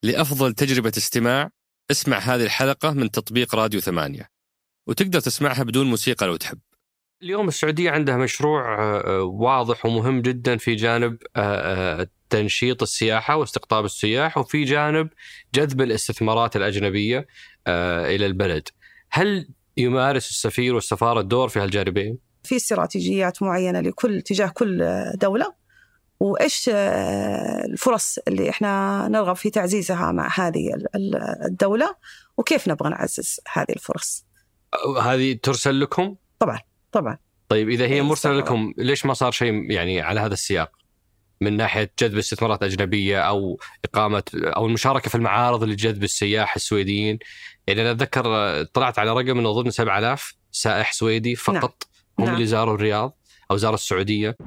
لأفضل تجربة استماع اسمع هذه الحلقة من تطبيق راديو 8، وتقدر تسمعها بدون موسيقى لو تحب. اليوم السعودية عندها مشروع واضح ومهم جدا في جانب تنشيط السياحة واستقطاب السياح، وفي جانب جذب الاستثمارات الأجنبية إلى البلد. هل يمارس السفير والسفارة دور في هالجانبين؟ في استراتيجيات معينة لكل تجاه كل دولة، وإيش الفرص اللي إحنا نرغب في تعزيزها مع هذه الدولة، وكيف نبغى نعزز هذه الفرص. هذه ترسل لكم؟ طبعا. طيب إذا هي مرسلة لكم، ليش ما صار شيء يعني على هذا السياق من ناحية جذب استثمارات أجنبية أو إقامة أو المشاركة في المعارض لجذب السياح السويديين؟ يعني أنا أتذكر طلعت على رقم إنه أظن 7000 سائح سويدي فقط هم اللي زاروا الرياض أو زاروا السعودية.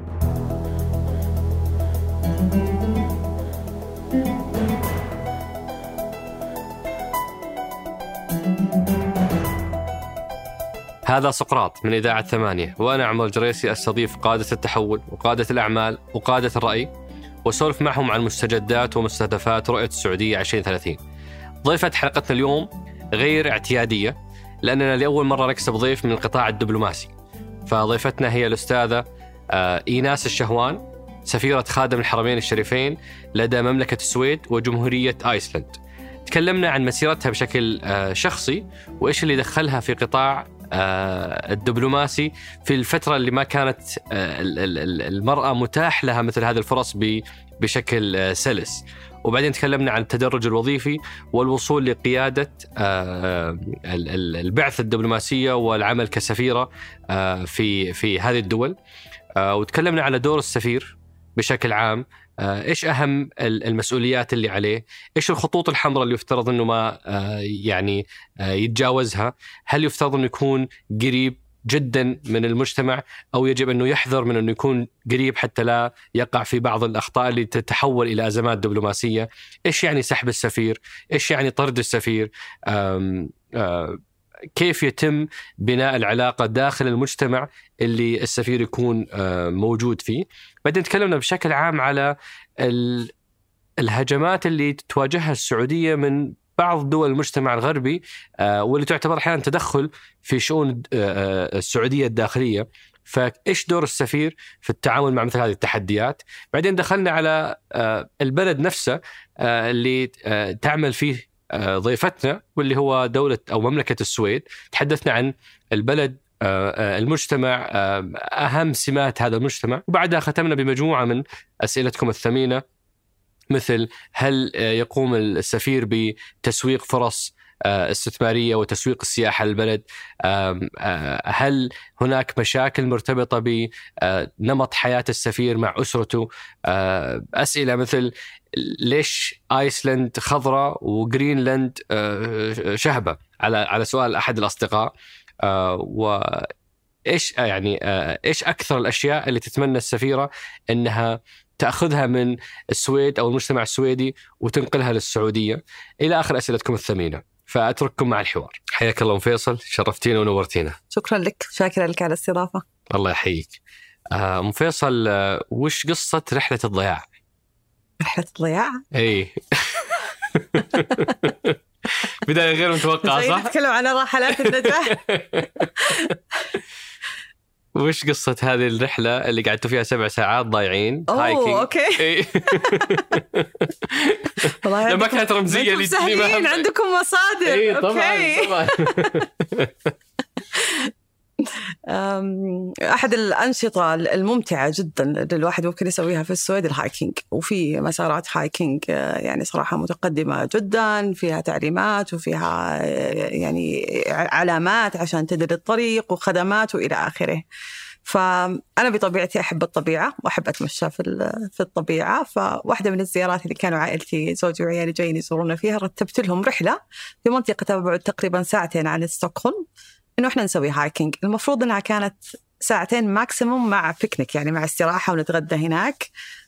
هذا سقراط من إذاعة 8، وأنا عمر الجريسي أستضيف قادة التحول وقادة الأعمال وقادة الرأي، وسولف معهم عن مستجدات ومستهدفات رؤية السعودية 2030. ضيفة حلقتنا اليوم غير اعتيادية، لأننا لأول مرة نكسب ضيف من القطاع الدبلوماسي. فضيفتنا هي الأستاذة إيناس الشهوان، سفيرة خادم الحرمين الشريفين لدى مملكة السويد وجمهورية آيسلند. تكلمنا عن مسيرتها بشكل شخصي، وإيش اللي دخلها في قطاع الدبلوماسي في الفترة اللي ما كانت المرأة متاح لها مثل هذه الفرص بشكل سلس. وبعدين تكلمنا عن التدرج الوظيفي والوصول لقيادة البعثة الدبلوماسية والعمل كسفيرة في هذه الدول. وتكلمنا على دور السفير بشكل عام، إيش أهم المسؤوليات اللي عليه، إيش الخطوط الحمراء اللي يفترض أنه ما يتجاوزها، هل يفترض أنه يكون قريب جدا من المجتمع أو يجب أنه يحذر من أنه يكون قريب حتى لا يقع في بعض الأخطاء اللي تتحول إلى أزمات دبلوماسية، إيش يعني سحب السفير، إيش يعني طرد السفير، كيف يتم بناء العلاقة داخل المجتمع اللي السفير يكون موجود فيه. بعدين تكلمنا بشكل عام على الهجمات اللي تواجهها السعودية من بعض دول المجتمع الغربي، واللي تعتبر أحيانا تدخل في شؤون السعودية الداخلية. فإيش دور السفير في التعامل مع مثل هذه التحديات؟ بعدين دخلنا على البلد نفسه اللي تعمل فيه ضيفتنا، واللي هو دولة أو مملكة السويد. تحدثنا عن البلد، المجتمع، أهم سمات هذا المجتمع. وبعدها ختمنا بمجموعة من أسئلتكم الثمينة، مثل هل يقوم السفير بتسويق فرص استثمارية وتسويق السياحة للبلد؟ هل هناك مشاكل مرتبطة بنمط حياة السفير مع أسرته؟ أسئلة مثل ليش آيسلند خضراء وغرينلاند شهبة، على سؤال أحد الأصدقاء. وإيش يعني إيش أكثر الأشياء اللي تتمنى السفيرة أنها تأخذها من السويد أو المجتمع السويدي وتنقلها للسعودية، إلى آخر أسئلتكم الثمينة. فأترككم مع الحوار. حياك الله فيصل، شرفتينا ونورتينا. شكرا لك، شاكرا لك على الاستضافة. الله يحييك. فيصل، وش قصة رحلة الضياع؟ رحلة الضياع؟ إيه. بداية غير متوقعة، صح؟ نتكلم عن رحلات النجاح. وش قصة هذه الرحلة اللي قعدتوا فيها 7 ساعات ضايعين هايكينج؟ أوكي. لما كانت رمزية لي سهلين، عندكم مصادر. إيه طبعا. أحد الأنشطة الممتعة جدا الواحد ممكن يسويها في السويد الهايكينج، وفي مسارات هايكينج يعني صراحة متقدمة جدا، فيها تعليمات وفيها يعني علامات عشان تدري الطريق وخدمات وإلى آخره. فأنا بطبيعتي أحب الطبيعة وأحب أتمشى في الطبيعة. فواحدة من الزيارات اللي كانوا عائلتي، زوجي وعيالي جايين يزورون فيها، رتبت لهم رحلة في منطقة تبعد تقريبا 2 ساعة عن ستوكهولم، إنه إحنا نسوي هايكينج. المفروض إنها كانت 2 ساعة ماكسيموم مع بيكنيك، يعني مع استراحة ونتغدى هناك.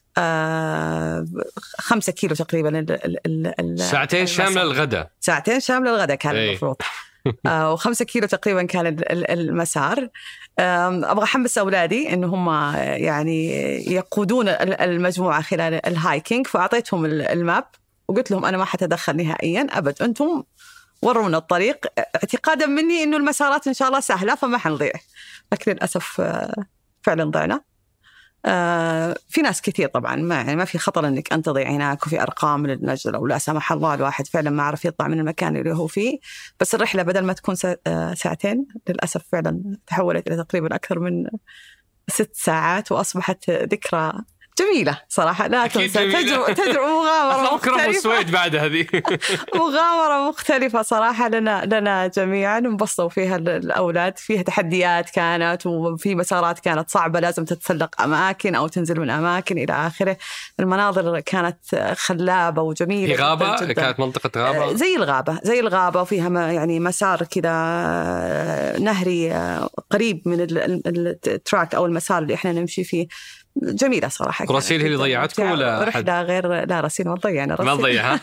5 كيلو تقريبا 2 شاملة الغداء. 2 شاملة الغداء كان المفروض. و5 كيلو تقريبا كان المسار. أبغى أحمس أولادي إنه هم يعني يقودون المجموعة خلال الهايكينج، فأعطيتهم الماب وقلت لهم أنا ما حتدخل نهائيا أبد، أنتم ورونا الطريق اعتقادا مني إنه المسارات إن شاء الله سهلة فما حنضيع. لكن للأسف فعلا ضعنا. في ناس كثير طبعا ما في خطر انك انت تضيع هناك، وفي ارقام للنجدة او لا سمح الله الواحد فعلا ما عرف يطلع من المكان اللي هو فيه، بس الرحله بدل ما تكون ساعتين للاسف فعلا تحولت الى تقريبا اكثر من 6 ساعات، واصبحت ذكرى جميلة صراحة لا تنسى. تجربة مغامرة مختلفة. السويد بعد هذه مغامرة مختلفة صراحة لنا جميعا، انبسطوا فيها الأولاد. فيها تحديات كانت، وفي مسارات كانت صعبة لازم تتسلق أماكن أو تنزل من أماكن إلى آخره. المناظر كانت خلابة وجميلة. في غابة جداً. كانت منطقة غابة زي الغابة وفيها يعني مسار كذا نهري قريب من التراك أو المسار اللي إحنا نمشي فيه. جميلة صراحة. رسيل هي اللي ضيعتكم ولا رحلة غير؟ لا رسيل ما ضيعنا. ما ضيعها.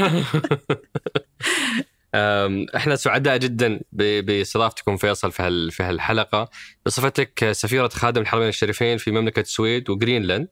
احنا سعداء جدا باستضافتكم فيصل في هالحلقة بصفتك سفيرة خادم الحرمين الشريفين في مملكة السويد وغرينلاند.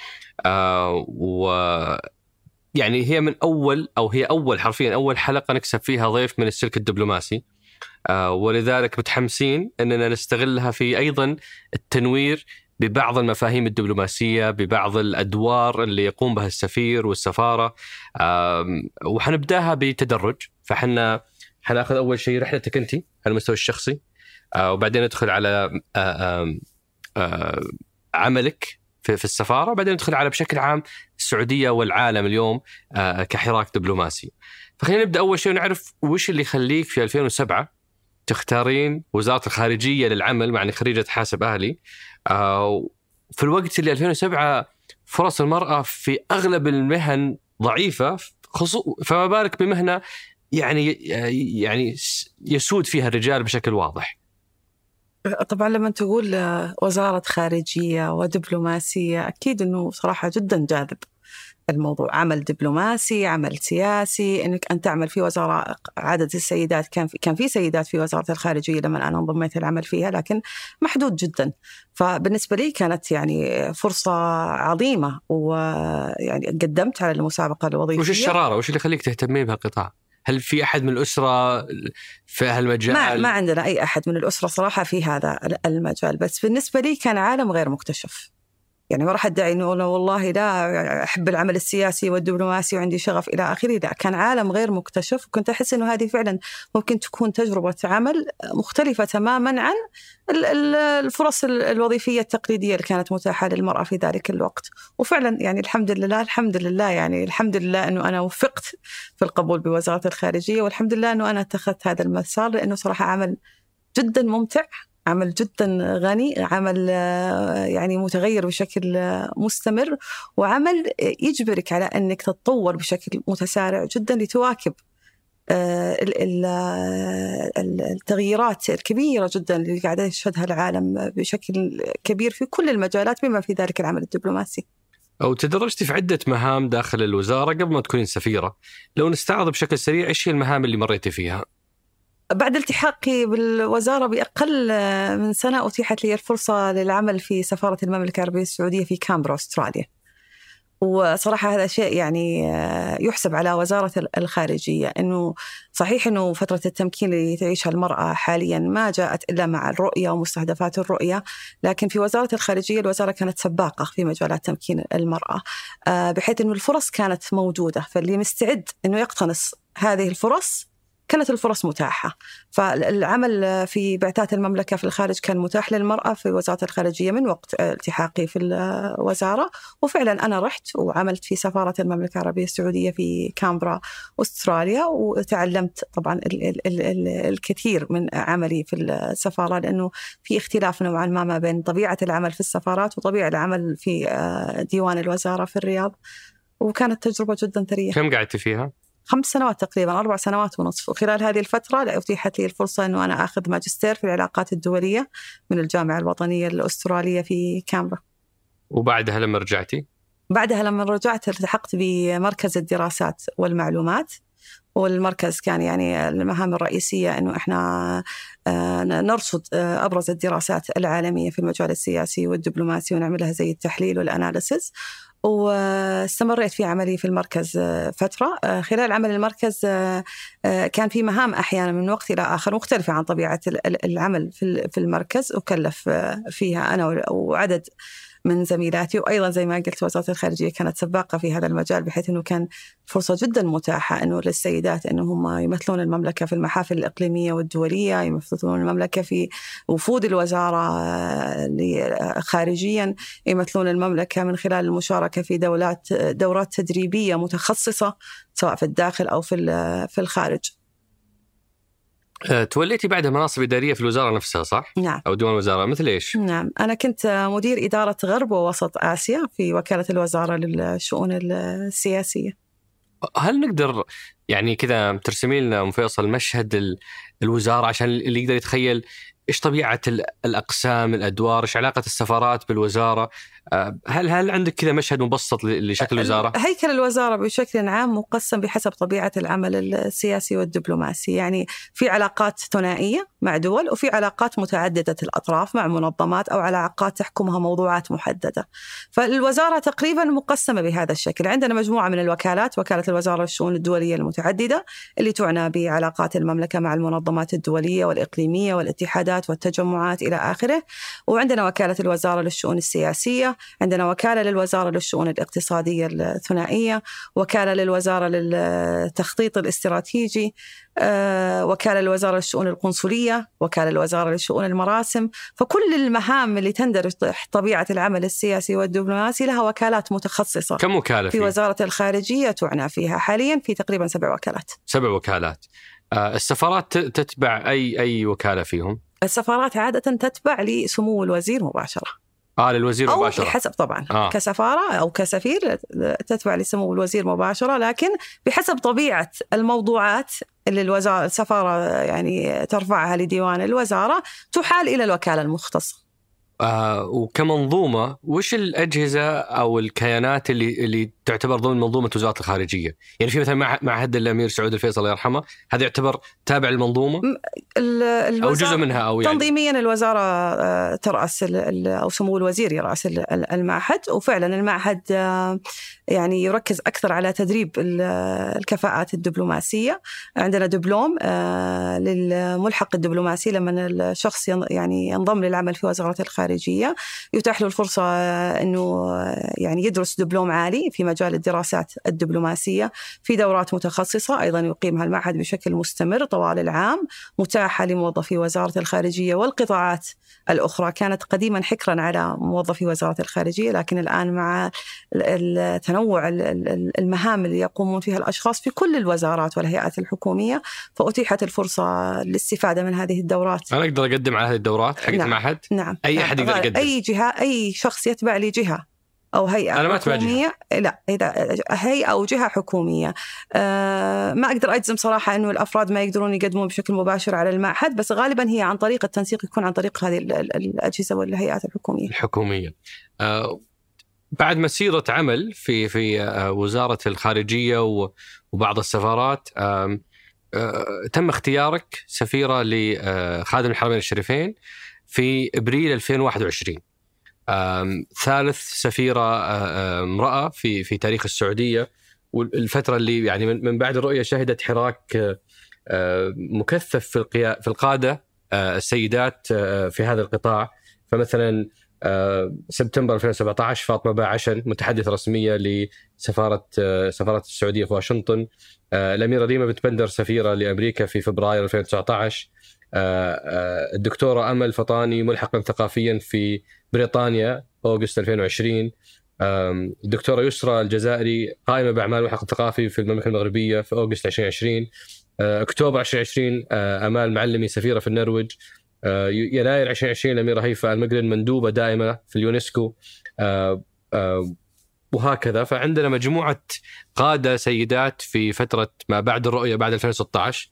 يعني هي حرفيا أول حلقة نكسب فيها ضيف من السلك الدبلوماسي، ولذلك متحمسين أننا نستغلها في أيضا التنوير ببعض المفاهيم الدبلوماسية، ببعض الأدوار اللي يقوم بها السفير والسفارة. وحنبداها بتدرج. فحنا حناخذ أول شيء رحلتك أنت على المستوى الشخصي، وبعدين ندخل على عملك في السفارة، وبعدين ندخل على بشكل عام السعودية والعالم اليوم كحراك دبلوماسي. فخلينا نبدأ أول شيء ونعرف وش اللي يخليك في 2007 تختارين وزارة الخارجية للعمل مع أنك خريجة حاسب أهلي، في الوقت اللي 2007 فرص المرأة في أغلب المهن ضعيفة، فما بالك بمهنة يعني يسود فيها الرجال بشكل واضح. طبعا لما تقول وزارة خارجية ودبلوماسية أكيد أنه صراحة جدا جاذب الموضوع. عمل دبلوماسي، عمل سياسي، انك ان تعمل في وزاره. عدد السيدات كان في سيدات في وزاره الخارجيه لما انا انضميت العمل فيها، لكن محدود جدا. فبالنسبه لي كانت يعني فرصه عظيمه، ويعني قدمت على المسابقه الوظيفيه. وش الشراره؟ وش اللي يخليك تهتمين بهالقطاع؟ هل في احد من الاسره في هالمجال؟ ما عندنا اي احد من الاسره صراحه في هذا المجال، بس بالنسبه لي كان عالم غير مكتشف. يعني ما راح أدعي إنه والله لا أحب العمل السياسي والدبلوماسي وعندي شغف إلى آخره، لا، كان عالم غير مكتشف. وكنت أحس إنه هذه فعلا ممكن تكون تجربة عمل مختلفة تماما عن الفرص الوظيفية التقليدية اللي كانت متاحة للمرأة في ذلك الوقت. وفعلا يعني الحمد لله إنه أنا وفقت في القبول بوزارة الخارجية، والحمد لله إنه أنا اتخذت هذا المسار، لأنه صراحة عمل جدا ممتع، عمل جدا غني، عمل يعني متغير بشكل مستمر، وعمل يجبرك على أنك تتطور بشكل متسارع جدا لتواكب التغييرات الكبيرة جدا اللي قاعدة يشهدها العالم بشكل كبير في كل المجالات بما في ذلك العمل الدبلوماسي. أو تدرجتي في عدة مهام داخل الوزارة قبل ما تكونين سفيرة. لو نستعرض بشكل سريع إيش هي المهام اللي مريتي فيها؟ بعد التحاقي بالوزارة بأقل من سنة أتيحت لي الفرصة للعمل في سفارة المملكة العربية السعودية في كامبرا أستراليا. وصراحة هذا شيء يعني يحسب على وزارة الخارجية، أنه صحيح أنه فترة التمكين اللي تعيشها المرأة حاليا ما جاءت إلا مع الرؤية ومستهدفات الرؤية، لكن في وزارة الخارجية الوزارة كانت سباقة في مجالات تمكين المرأة، بحيث أنه الفرص كانت موجودة، فاللي مستعد أنه يقتنص هذه الفرص كانت الفرص متاحة. فالعمل في بعثات المملكة في الخارج كان متاح للمرأة في وزارة الخارجية من وقت التحاقي في الوزارة. وفعلا أنا رحت وعملت في سفارة المملكة العربية السعودية في كامبرا أستراليا، وتعلمت طبعا الكثير من عملي في السفارة، لأنه في اختلاف نوعا ما بين طبيعة العمل في السفارات وطبيعة العمل في ديوان الوزارة في الرياض. وكانت تجربة جدا ثرية. كم قعدت فيها؟ 5 سنوات تقريبا، 4 سنوات ونصف. وخلال هذه الفترة أتيحت لي الفرصة أنه أنا أخذ ماجستير في العلاقات الدولية من الجامعة الوطنية الأسترالية في كامبرا. وبعدها لما رجعتي؟ بعدها لما رجعت التحقت بمركز الدراسات والمعلومات، والمركز كان يعني المهام الرئيسية أنه إحنا نرصد أبرز الدراسات العالمية في المجال السياسي والدبلوماسي ونعملها زي التحليل والأناليسيس. واستمريت في عملي في المركز فترة. خلال عمل المركز كان في مهام أحيانا من وقت إلى آخر مختلفة عن طبيعة العمل في المركز، أكلف فيها أنا وعدد من زميلاتي. وأيضا زي ما قلت وزارة الخارجية كانت سباقة في هذا المجال، بحيث أنه كان فرصة جدا متاحة أنه للسيدات أنهم يمثلون المملكة في المحافل الإقليمية والدولية، يمثلون المملكة في وفود الوزارة خارجيا، يمثلون المملكة من خلال المشاركة في دورات تدريبية متخصصة سواء في الداخل أو في الخارج. توليتي بعدها مناصب إدارية في الوزارة نفسها صح؟ نعم. أو ديوان الوزارة، مثل إيش؟ نعم، أنا كنت مدير إدارة غرب ووسط آسيا في وكالة الوزارة للشؤون السياسية. هل نقدر يعني كذا ترسمي لنا أم فيصل مشهد الوزارة عشان اللي يقدر يتخيل إيش طبيعة الأقسام، الأدوار، إيش علاقة السفارات بالوزارة؟ هل عندك كذا مشهد مبسط لشكل الوزارة؟ هيكل الوزارة بشكل عام مقسم بحسب طبيعة العمل السياسي والدبلوماسي. يعني في علاقات ثنائية مع دول، وفي علاقات متعددة الأطراف مع منظمات أو علاقات تحكمها موضوعات محددة. فالوزارة تقريبا مقسمة بهذا الشكل. عندنا مجموعة من الوكالات: وكالة الوزارة للشؤون الدولية المتعددة اللي تعنى بعلاقات المملكة مع المنظمات الدولية والإقليمية والاتحادات والتجمعات إلى آخره. وعندنا وكالة الوزارة للشؤون السياسية، عندنا وكالة للوزارة للشؤون الاقتصادية الثنائية، وكالة للوزارة للتخطيط الاستراتيجي، وكالة للوزارة للشؤون القنصلية، وكالة للوزارة للشؤون المراسم. فكل المهام اللي تندرج تحت طبيعة العمل السياسي والدبلوماسي لها وكالات متخصصة. كم وكالة في وزارة الخارجية تعنى فيها حاليا في تقريبا 7 وكالات. 7 وكالات. السفارات تتبع أي وكالة فيهم؟ السفارات عادة تتبع لسمو الوزير مباشرة. للوزير مباشرة، أو بحسب طبعا كسفارة أو كسفير تتبع لسمو الوزير مباشرة، لكن بحسب طبيعة الموضوعات اللي السفارة يعني ترفعها لديوان الوزارة تحال إلى الوكالة المختصة. وكمنظومة وش الأجهزة أو الكيانات اللي تعتبر ضمن منظومة وزارة الخارجية؟ يعني في مثلا معهد الأمير سعود الفيصل الله يرحمه، هذا يعتبر تابع للمنظومة أو جزء منها؟ أو يعني تنظيميا الوزارة ترأس أو سمو الوزير يرأس المعهد. وفعلا المعهد يعني يركز أكثر على تدريب الكفاءات الدبلوماسية. عندنا دبلوم للملحق الدبلوماسي، لما الشخص يعني ينضم للعمل في وزارة الخارجية يتاح له الفرصة أنه يعني يدرس دبلوم عالي في مجال الدراسات الدبلوماسية في دورات متخصصة أيضا يقيمها المعهد بشكل مستمر طوال العام، متاحة لموظفي وزارة الخارجية والقطاعات الأخرى. كانت قديما حكرا على موظفي وزارة الخارجية، لكن الآن مع تنوع المهام اللي يقومون فيها الأشخاص في كل الوزارات والهيئات الحكومية، فأتيحت الفرصة للاستفادة من هذه الدورات. أنا أقدر أقدم على هذه الدورات حق المعهد؟ نعم. أي أحد يقدر يقدم؟ أي جهة، أي شخص يتبع لجهة أو هيئة حكومية. لا، إذا هيئة أو جهة حكومية. ما أقدر أجزم صراحة أنه الأفراد ما يقدرون يقدمون بشكل مباشر على المعهد، بس غالبا هي عن طريق التنسيق، يكون عن طريق هذه الأجهزة والهيئات الحكومية. بعد مسيرة عمل في وزارة الخارجية وبعض السفارات، تم اختيارك سفيرة لخادم الحرمين الشريفين في أبريل 2021. ثالث سفيرة امرأة في تاريخ السعودية، والفترة اللي يعني من بعد الرؤية شهدت حراك مكثف في القادة السيدات في هذا القطاع. فمثلا سبتمبر 2017 فاطمة باعشن متحدثة رسمية لسفارة السعودية في واشنطن. الأميرة ريما بنت بندر سفيرة لأمريكا في فبراير 2019. الدكتورة أمل فطاني ملحقا ثقافيا في بريطانيا أغسطس 2020. الدكتورة يسرى الجزائري قائمة بأعمال ملحق ثقافي في المملكة المغربية في أغسطس 2020. أكتوبر 2020 أمال معلمي سفيرة في النرويج. يناير 2020 الأميرة هيفاء المقرن مندوبة دائمة في اليونسكو، وهكذا. فعندنا مجموعة قادة سيدات في فترة ما بعد الرؤية بعد 2016،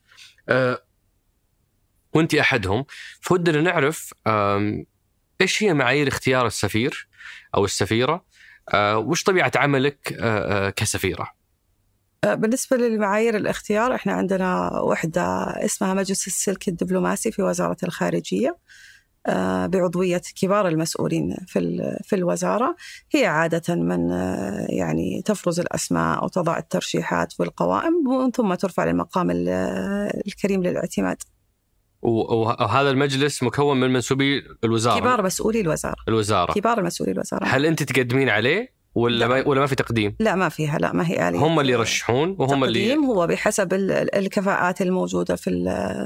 وانت أحدهم. فودنا نعرف إيش هي معايير اختيار السفير أو السفيرة، وش طبيعة عملك كسفيرة؟ بالنسبة للمعايير الاختيار، احنا عندنا وحدة اسمها مجلس السلك الدبلوماسي في وزارة الخارجية. بعضوية كبار المسؤولين في الوزارة، هي عادة من يعني تفرز الأسماء أو تضع الترشيحات والقوائم ومن ثم ترفع للمقام الكريم للاعتماد. وهذا المجلس مكون من منسوبي الوزارة، كبار مسؤولي الوزارة. كبار مسؤولي الوزارة. هل أنت تقدمين عليه ولا ما في تقديم؟ لا ما فيها، لا ما هي آلية. هم اللي يرشحون وهم اللي هو بحسب الكفاءات الموجودة في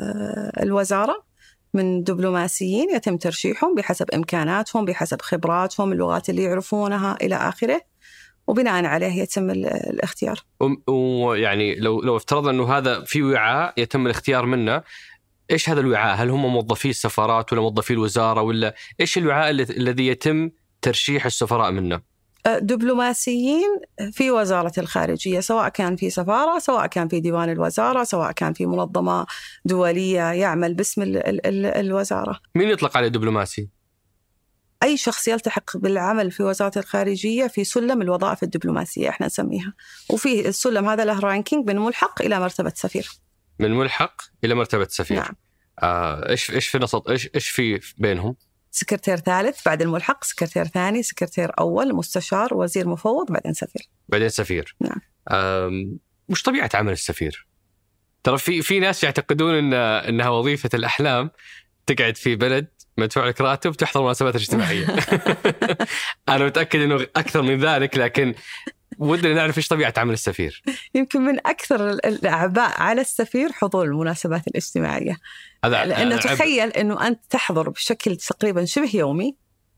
الوزارة من دبلوماسيين يتم ترشيحهم بحسب إمكاناتهم، بحسب خبراتهم، اللغات اللي يعرفونها إلى آخره، وبناء عليه يتم الاختيار. ويعني لو افترضنا أنه هذا في وعاء يتم الاختيار منه، إيش هذا الوعاء؟ هل هم موظفي السفارات ولا موظفي الوزارة، ولا إيش الوعاء الذي يتم ترشيح السفراء منه؟ دبلوماسيين في وزارة الخارجية، سواء كان في سفارة، سواء كان في ديوان الوزارة، سواء كان في منظمة دولية يعمل باسم الوزارة. مين يطلق عليه دبلوماسي؟ أي شخص يلتحق بالعمل في وزارة الخارجية في سلم الوظائف الدبلوماسية إحنا نسميها، وفي السلم هذا له رانكينج من ملحق إلى مرتبة سفير. من ملحق إلى مرتبة سفير. نعم. إيش في نص إيش في بينهم؟ سكرتير ثالث، بعد الملحق سكرتير ثاني، سكرتير أول، مستشار، وزير مفوض، بعدين سفير. نعم. مش طبيعة عمل السفير؟ ترى في ناس يعتقدون إنها وظيفة الأحلام، تقعد في بلد مدفوع لك راتب تحضر مناسبات اجتماعية. أنا متأكد إنه أكثر من ذلك، لكن ودنا نعرف إيش طبيعة عمل السفير. يمكن من أكثر الأعباء على السفير حضور المناسبات الاجتماعية، لأنه تخيل أنه أنت تحضر بشكل تقريبا شبه يومي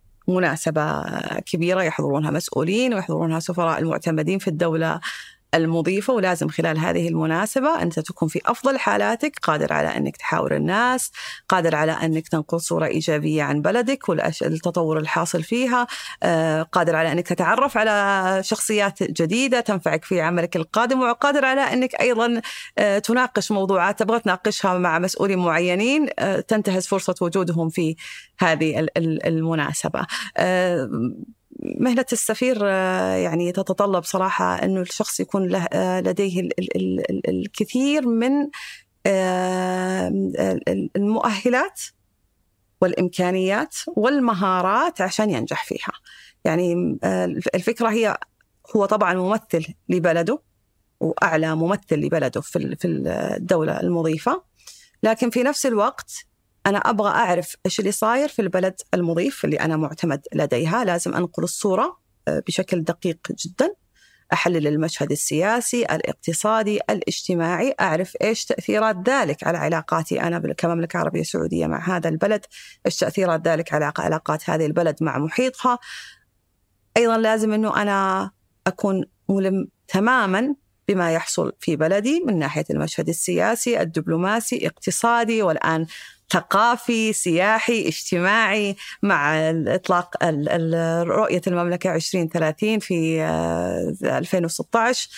مناسبة كبيرة يحضرونها مسؤولين ويحضرونها سفراء المعتمدين في الدولة المضيفة، ولازم خلال هذه المناسبة أنت تكون في أفضل حالاتك، قادر على أنك تحاور الناس، قادر على أنك تنقل صورة إيجابية عن بلدك والتطور الحاصل فيها، قادر على أنك تتعرف على شخصيات جديدة تنفعك في عملك القادم، وقادر على أنك أيضا تناقش موضوعات تبغى تناقشها مع مسؤولين معينين تنتهز فرصة وجودهم في هذه المناسبة. مهنة السفير يعني تتطلب صراحة أنه الشخص يكون لديه الكثير من المؤهلات والإمكانيات والمهارات عشان ينجح فيها. يعني الفكرة هو طبعا ممثل لبلده وأعلى ممثل لبلده في الدولة المضيفة، لكن في نفس الوقت أنا أبغى أعرف إيش اللي صاير في البلد المضيف اللي أنا معتمد لديها. لازم أنقل الصورة بشكل دقيق جدا، أحلل المشهد السياسي، الاقتصادي، الاجتماعي، أعرف إيش تأثيرات ذلك على علاقاتي أنا كمملكة عربية سعودية مع هذا البلد، إيش تأثيرات ذلك على علاقات هذه البلد مع محيطها. أيضا لازم أنه أنا أكون ملم تماما بما يحصل في بلدي من ناحية المشهد السياسي، الدبلوماسي، اقتصادي، والآن ثقافي، سياحي، اجتماعي، مع إطلاق رؤية المملكة 2030 في 2016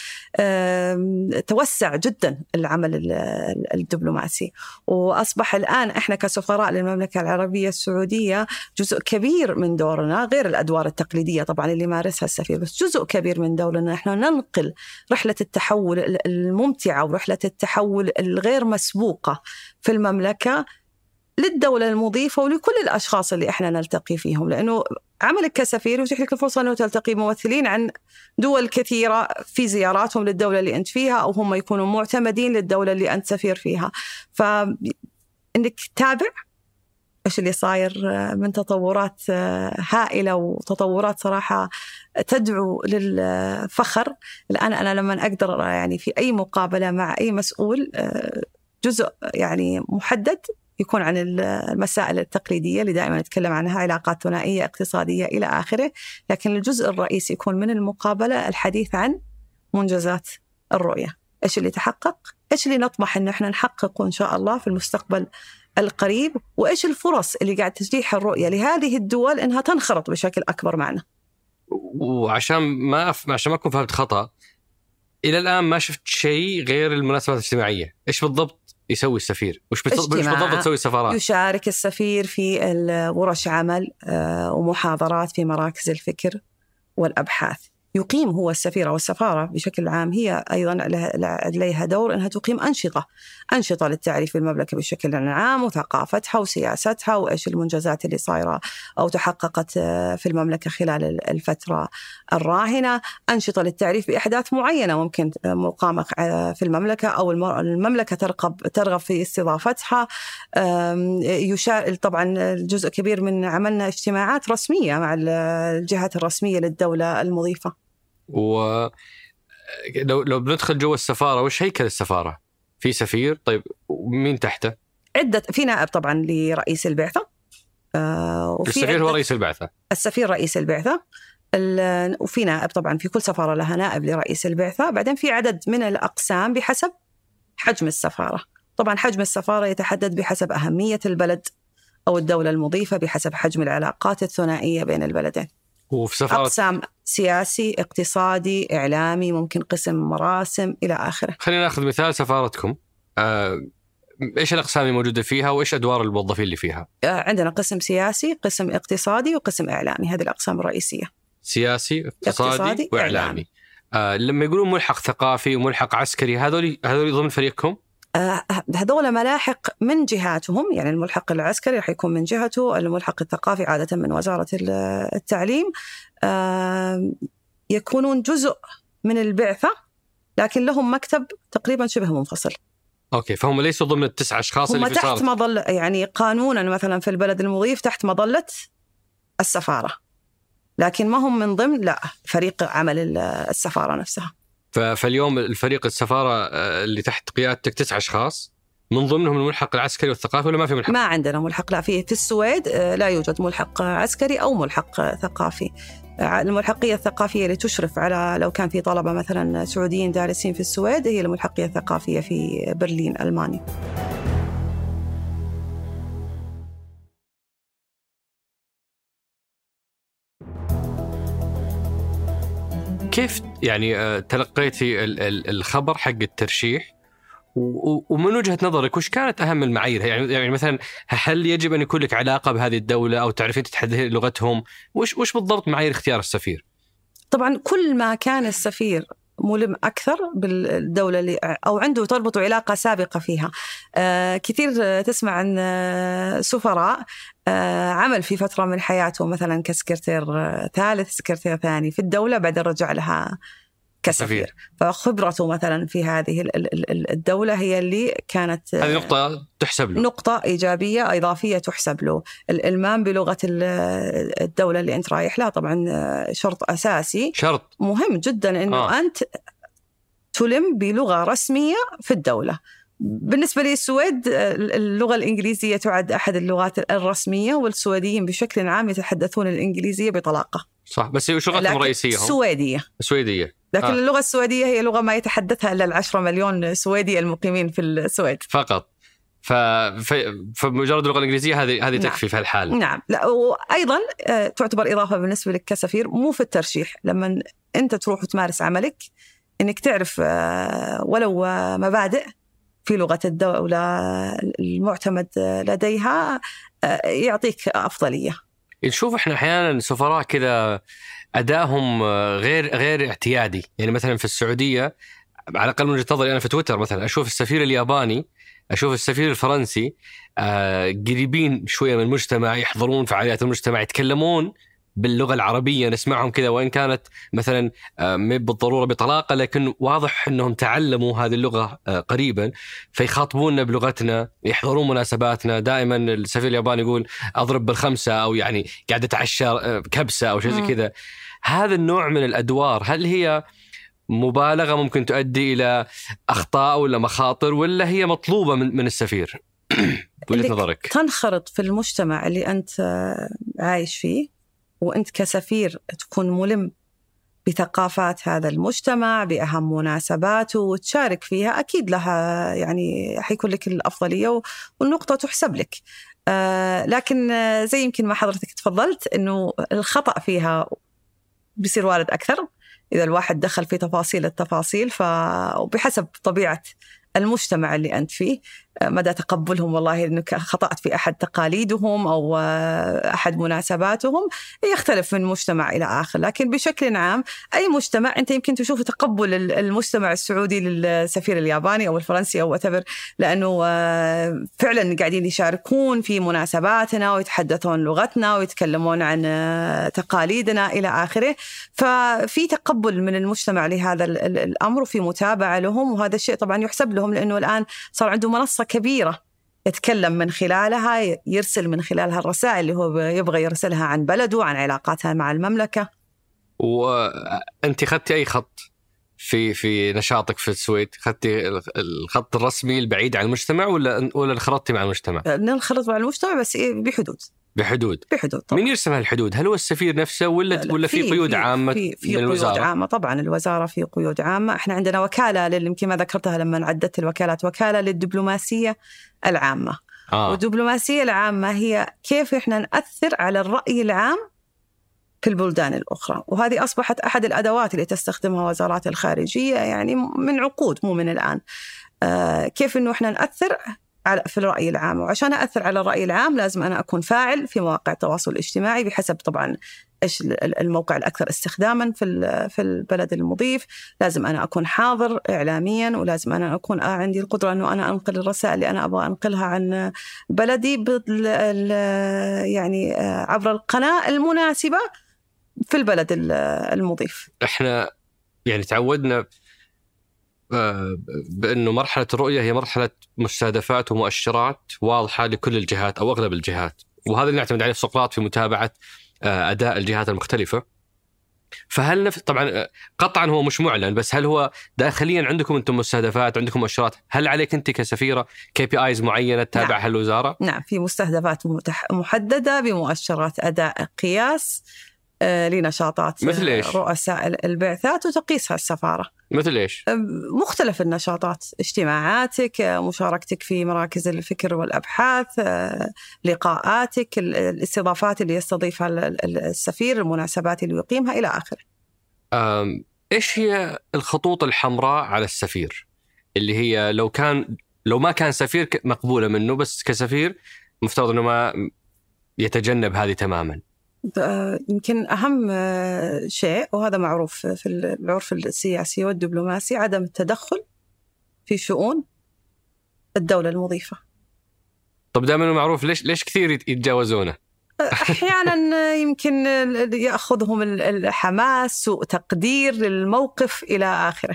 توسع جدا العمل الدبلوماسي، وأصبح الآن إحنا كسفراء للمملكة العربية السعودية جزء كبير من دورنا، غير الأدوار التقليدية طبعا اللي مارسها السفير، بس جزء كبير من دورنا إحنا ننقل رحلة التحول الممتعة ورحلة التحول الغير مسبوقة في المملكة للدولة المضيفة ولكل الأشخاص اللي إحنا نلتقي فيهم، لأنه عملك كسفير يتيح لك الفرصة أنه تلتقي ممثلين عن دول كثيرة في زياراتهم للدولة اللي أنت فيها، أو هم يكونوا معتمدين للدولة اللي أنت سفير فيها. فإنك تتابع إيش اللي صاير من تطورات هائلة وتطورات صراحة تدعو للفخر. الآن أنا لما أقدر يعني في أي مقابلة مع أي مسؤول جزء يعني محدد يكون عن المسائل التقليدية اللي دائما نتكلم عنها، علاقات ثنائية، اقتصادية إلى آخره، لكن الجزء الرئيسي يكون من المقابلة الحديث عن منجزات الرؤية، إيش اللي تحقق، إيش اللي نطمح إن إحنا نحققه إن شاء الله في المستقبل القريب، وإيش الفرص اللي قاعد تتيح الرؤية لهذه الدول إنها تنخرط بشكل أكبر معنا. وعشان ما أكون فهمت خطأ، إلى الآن ما شفت شيء غير المناسبات الاجتماعية. إيش بالضبط يسوي السفير؟ وش بالضبط تسوي السفارات؟ يشارك السفير في ورش عمل ومحاضرات في مراكز الفكر والأبحاث، يقيم هو السفير أو السفارة بشكل عام هي أيضا لديها دور أنها تقيم أنشطة للتعريف بالمملكة بشكل عام وثقافتها وسياستها وإيش المنجزات اللي صايرة أو تحققت في المملكة خلال الفترة الراهنة، أنشطة للتعريف بأحداث معينة ممكن مقامة في المملكة أو المملكة ترغب في استضافتها. طبعا جزء كبير من عملنا اجتماعات رسمية مع الجهات الرسمية للدولة المضيفة. ولو بندخل جوا السفارة، وش هيكل السفارة؟ في سفير، طيب ومين تحته؟ في نائب طبعا لرئيس البعثة. السفير هو رئيس البعثة. السفير رئيس البعثة. وفي نائب طبعا، في كل سفارة لها نائب لرئيس البعثة. بعدين في عدد من الأقسام بحسب حجم السفارة. طبعا حجم السفارة يتحدد بحسب أهمية البلد أو الدولة المضيفة، بحسب حجم العلاقات الثنائية بين البلدين. وفي سفارة أقسام سياسي، اقتصادي، إعلامي، ممكن قسم مراسم إلى آخره. خلينا نأخذ مثال سفارتكم. إيش الأقسام الموجودة فيها وإيش أدوار الموظفين اللي فيها؟ عندنا قسم سياسي، قسم اقتصادي، وقسم إعلامي. هذه الأقسام الرئيسية: سياسي، اقتصادي وإعلامي. لما يقولون ملحق ثقافي وملحق عسكري، هذول ضمن فريقكم؟ هذول ملاحق من جهاتهم، يعني الملحق العسكري رح يكون من جهته، الملحق الثقافي عادة من وزارة التعليم. يكونون جزء من البعثة لكن لهم مكتب تقريبا شبه منفصل. أوكي، فهم ليسوا ضمن ال9 أشخاص اللي في هم تحت مظلة، يعني قانونا مثلا في البلد المضيف تحت مظلة السفارة، لكن ما هم من ضمن فريق عمل السفارة نفسها. فاليوم الفريق السفارة اللي تحت قيادتك 9 أشخاص، من ضمنهم الملحق العسكري والثقافي ولا ما في ملحق؟ ما عندنا ملحق، لا. في السويد لا يوجد ملحق عسكري أو ملحق ثقافي. الملحقية الثقافية اللي تشرف على لو كان في طلبة مثلا سعوديين دارسين في السويد هي الملحقية الثقافية في برلين ألمانيا. كيف يعني تلقيتي الخبر حق الترشيح، ومن وجهة نظرك وش كانت أهم المعايير؟ يعني مثلا هل يجب أن يكون لك علاقة بهذه الدولة أو تعرفين تتحدثين لغتهم؟ وش بالضبط معايير اختيار السفير؟ طبعا كل ما كان السفير ملم أكثر بالدولة اللي أو عنده تربط علاقة سابقة فيها. كثير تسمع عن سفراء عمل في فترة من حياته مثلا كسكرتير ثالث، سكرتير ثاني في الدولة، بعدين رجع لها كسفير. فخبرته مثلا في هذه الدولة هي اللي كانت هذه نقطة تحسب له، نقطة إيجابية إضافية تحسب له. الإلمام بلغة الدولة اللي أنت رايح لها طبعا شرط أساسي، شرط مهم جدا أنه أنت تلم بلغة رسمية في الدولة. بالنسبة للسويد اللغة الإنجليزية تعد أحد اللغات الرسمية، والسويديين بشكل عام يتحدثون الإنجليزية بطلاقة. صح، بس وش لغتهم الرئيسية؟ السويدية. لكن اللغة السويدية هي لغة ما يتحدثها إلا 10 مليون سويدي المقيمين في السويد فقط. فمجرد اللغة الإنجليزية هذه تكفي في هالحال. نعم. لا، وأيضا تعتبر إضافة بالنسبة لك كسفير، مو في الترشيح، لما أنت تروح وتمارس عملك إنك تعرف ولو مبادئ في لغة الدولة المعتمد لديها يعطيك أفضلية. نشوف إحنا أحيانا سفراء كذا أدائهم غير اعتيادي. يعني مثلا في السعودية على الأقل من وجهة نظري أنا في تويتر مثلا أشوف السفير الياباني، أشوف السفير الفرنسي قريبين شوية من المجتمع، يحضرون فعاليات المجتمع، يتكلمون باللغة العربية، نسمعهم كذا وإن كانت مثلا ما بالضرورة بطلاقة، لكن واضح أنهم تعلموا هذه اللغة قريبا فيخاطبوننا بلغتنا، يحضرون مناسباتنا. دائما السفير الياباني يقول أضرب بال5 أو يعني قاعد أتعشى كبسة أو شيء زي كذا. هذا النوع من الأدوار هل هي مبالغة ممكن تؤدي إلى أخطاء ولا مخاطر، ولا هي مطلوبة من السفير بوجهة نظرك؟ تنخرط في المجتمع اللي أنت عايش فيه، وأنت كسفير تكون ملم بثقافات هذا المجتمع بأهم مناسباته وتشارك فيها، أكيد لها يعني حيكون لك الأفضلية والنقطة تحسب لك. لكن زي يمكن ما حضرتك تفضلت أنه الخطأ فيها بيصير وارد أكثر إذا الواحد دخل في تفاصيل التفاصيل، وبحسب طبيعة المجتمع اللي أنت فيه. مدى تقبلهم والله أنك خطأت في أحد تقاليدهم أو أحد مناسباتهم يختلف من مجتمع إلى آخر. لكن بشكل عام أي مجتمع أنت يمكن تشوف تقبل المجتمع السعودي للسفير الياباني أو الفرنسي أو whatever، لأنه فعلا قاعدين يشاركون في مناسباتنا ويتحدثون لغتنا ويتكلمون عن تقاليدنا إلى آخره. ففي تقبل من المجتمع لهذا الأمر وفي متابعة لهم، وهذا الشيء طبعا يحسب لهم، لأنه الآن صار عنده منصة كبيرة يتكلم من خلالها، يرسل من خلالها الرسائل اللي هو يبغى يرسلها عن بلده، عن علاقاتها مع المملكة. وأنت خدتي أي خط في نشاطك في السويد؟ خدتي الخط الرسمي البعيد عن المجتمع ولا انخرطتي مع المجتمع؟ ننخرط مع المجتمع بس بحدود طبعا. من يرسم هالحدود؟ هل هو السفير نفسه ولا في قيود عامة؟ في قيود عامة طبعا، الوزارة في قيود عامة. احنا عندنا وكالة يمكن ما ذكرتها لما عدت الوكالات، وكالة للدبلوماسية العامة. والدبلوماسية العامة هي كيف احنا نأثر على الرأي العام في البلدان الأخرى، وهذه أصبحت أحد الأدوات اللي تستخدمها وزارات الخارجية يعني من عقود، مو من الآن. كيف إنه إحنا نأثر في الرأي العام، وعشان أأثر على الرأي العام لازم أنا أكون فاعل في مواقع التواصل الاجتماعي بحسب طبعا إيش الموقع الأكثر استخداما في البلد المضيف. لازم أنا أكون حاضر إعلاميا، ولازم أنا أكون عندي القدرة أنه أنا أنقل الرسائل اللي أنا أبغى أنقلها عن بلدي يعني عبر القناة المناسبة في البلد المضيف. إحنا يعني تعودنا بأنه مرحلة الرؤية هي مرحلة مستهدفات ومؤشرات واضحة لكل الجهات أو أغلب الجهات، وهذا اللي نعتمد عليه سقراط في متابعة أداء الجهات المختلفة. فهل طبعا قطعا هو مش معلن، بس هل هو داخليا عندكم أنتم مستهدفات، عندكم مؤشرات؟ هل عليك أنت كسفيرة KPIs معينة تتابعها الوزارة؟ نعم، في مستهدفات محددة بمؤشرات أداء قياس لنشاطات رؤساء البعثات وتقيسها السفارة. مثل إيش؟ مختلف النشاطات، اجتماعاتك، مشاركتك في مراكز الفكر والأبحاث، لقاءاتك، الاستضافات اللي يستضيفها السفير، المناسبات اللي يقيمها إلى آخره. إيش هي الخطوط الحمراء على السفير اللي هي لو ما كان سفير مقبولة منه، بس كسفير مفترض أنه ما يتجنب هذه تماماً؟ يمكن أهم شيء، وهذا معروف في العرف السياسي والدبلوماسي، عدم التدخل في شؤون الدولة المضيفة. طب دائما معروف، ليش كثير يتجاوزونه؟ أحيانا يمكن يأخذهم الحماس، سوء تقدير للموقف إلى آخره.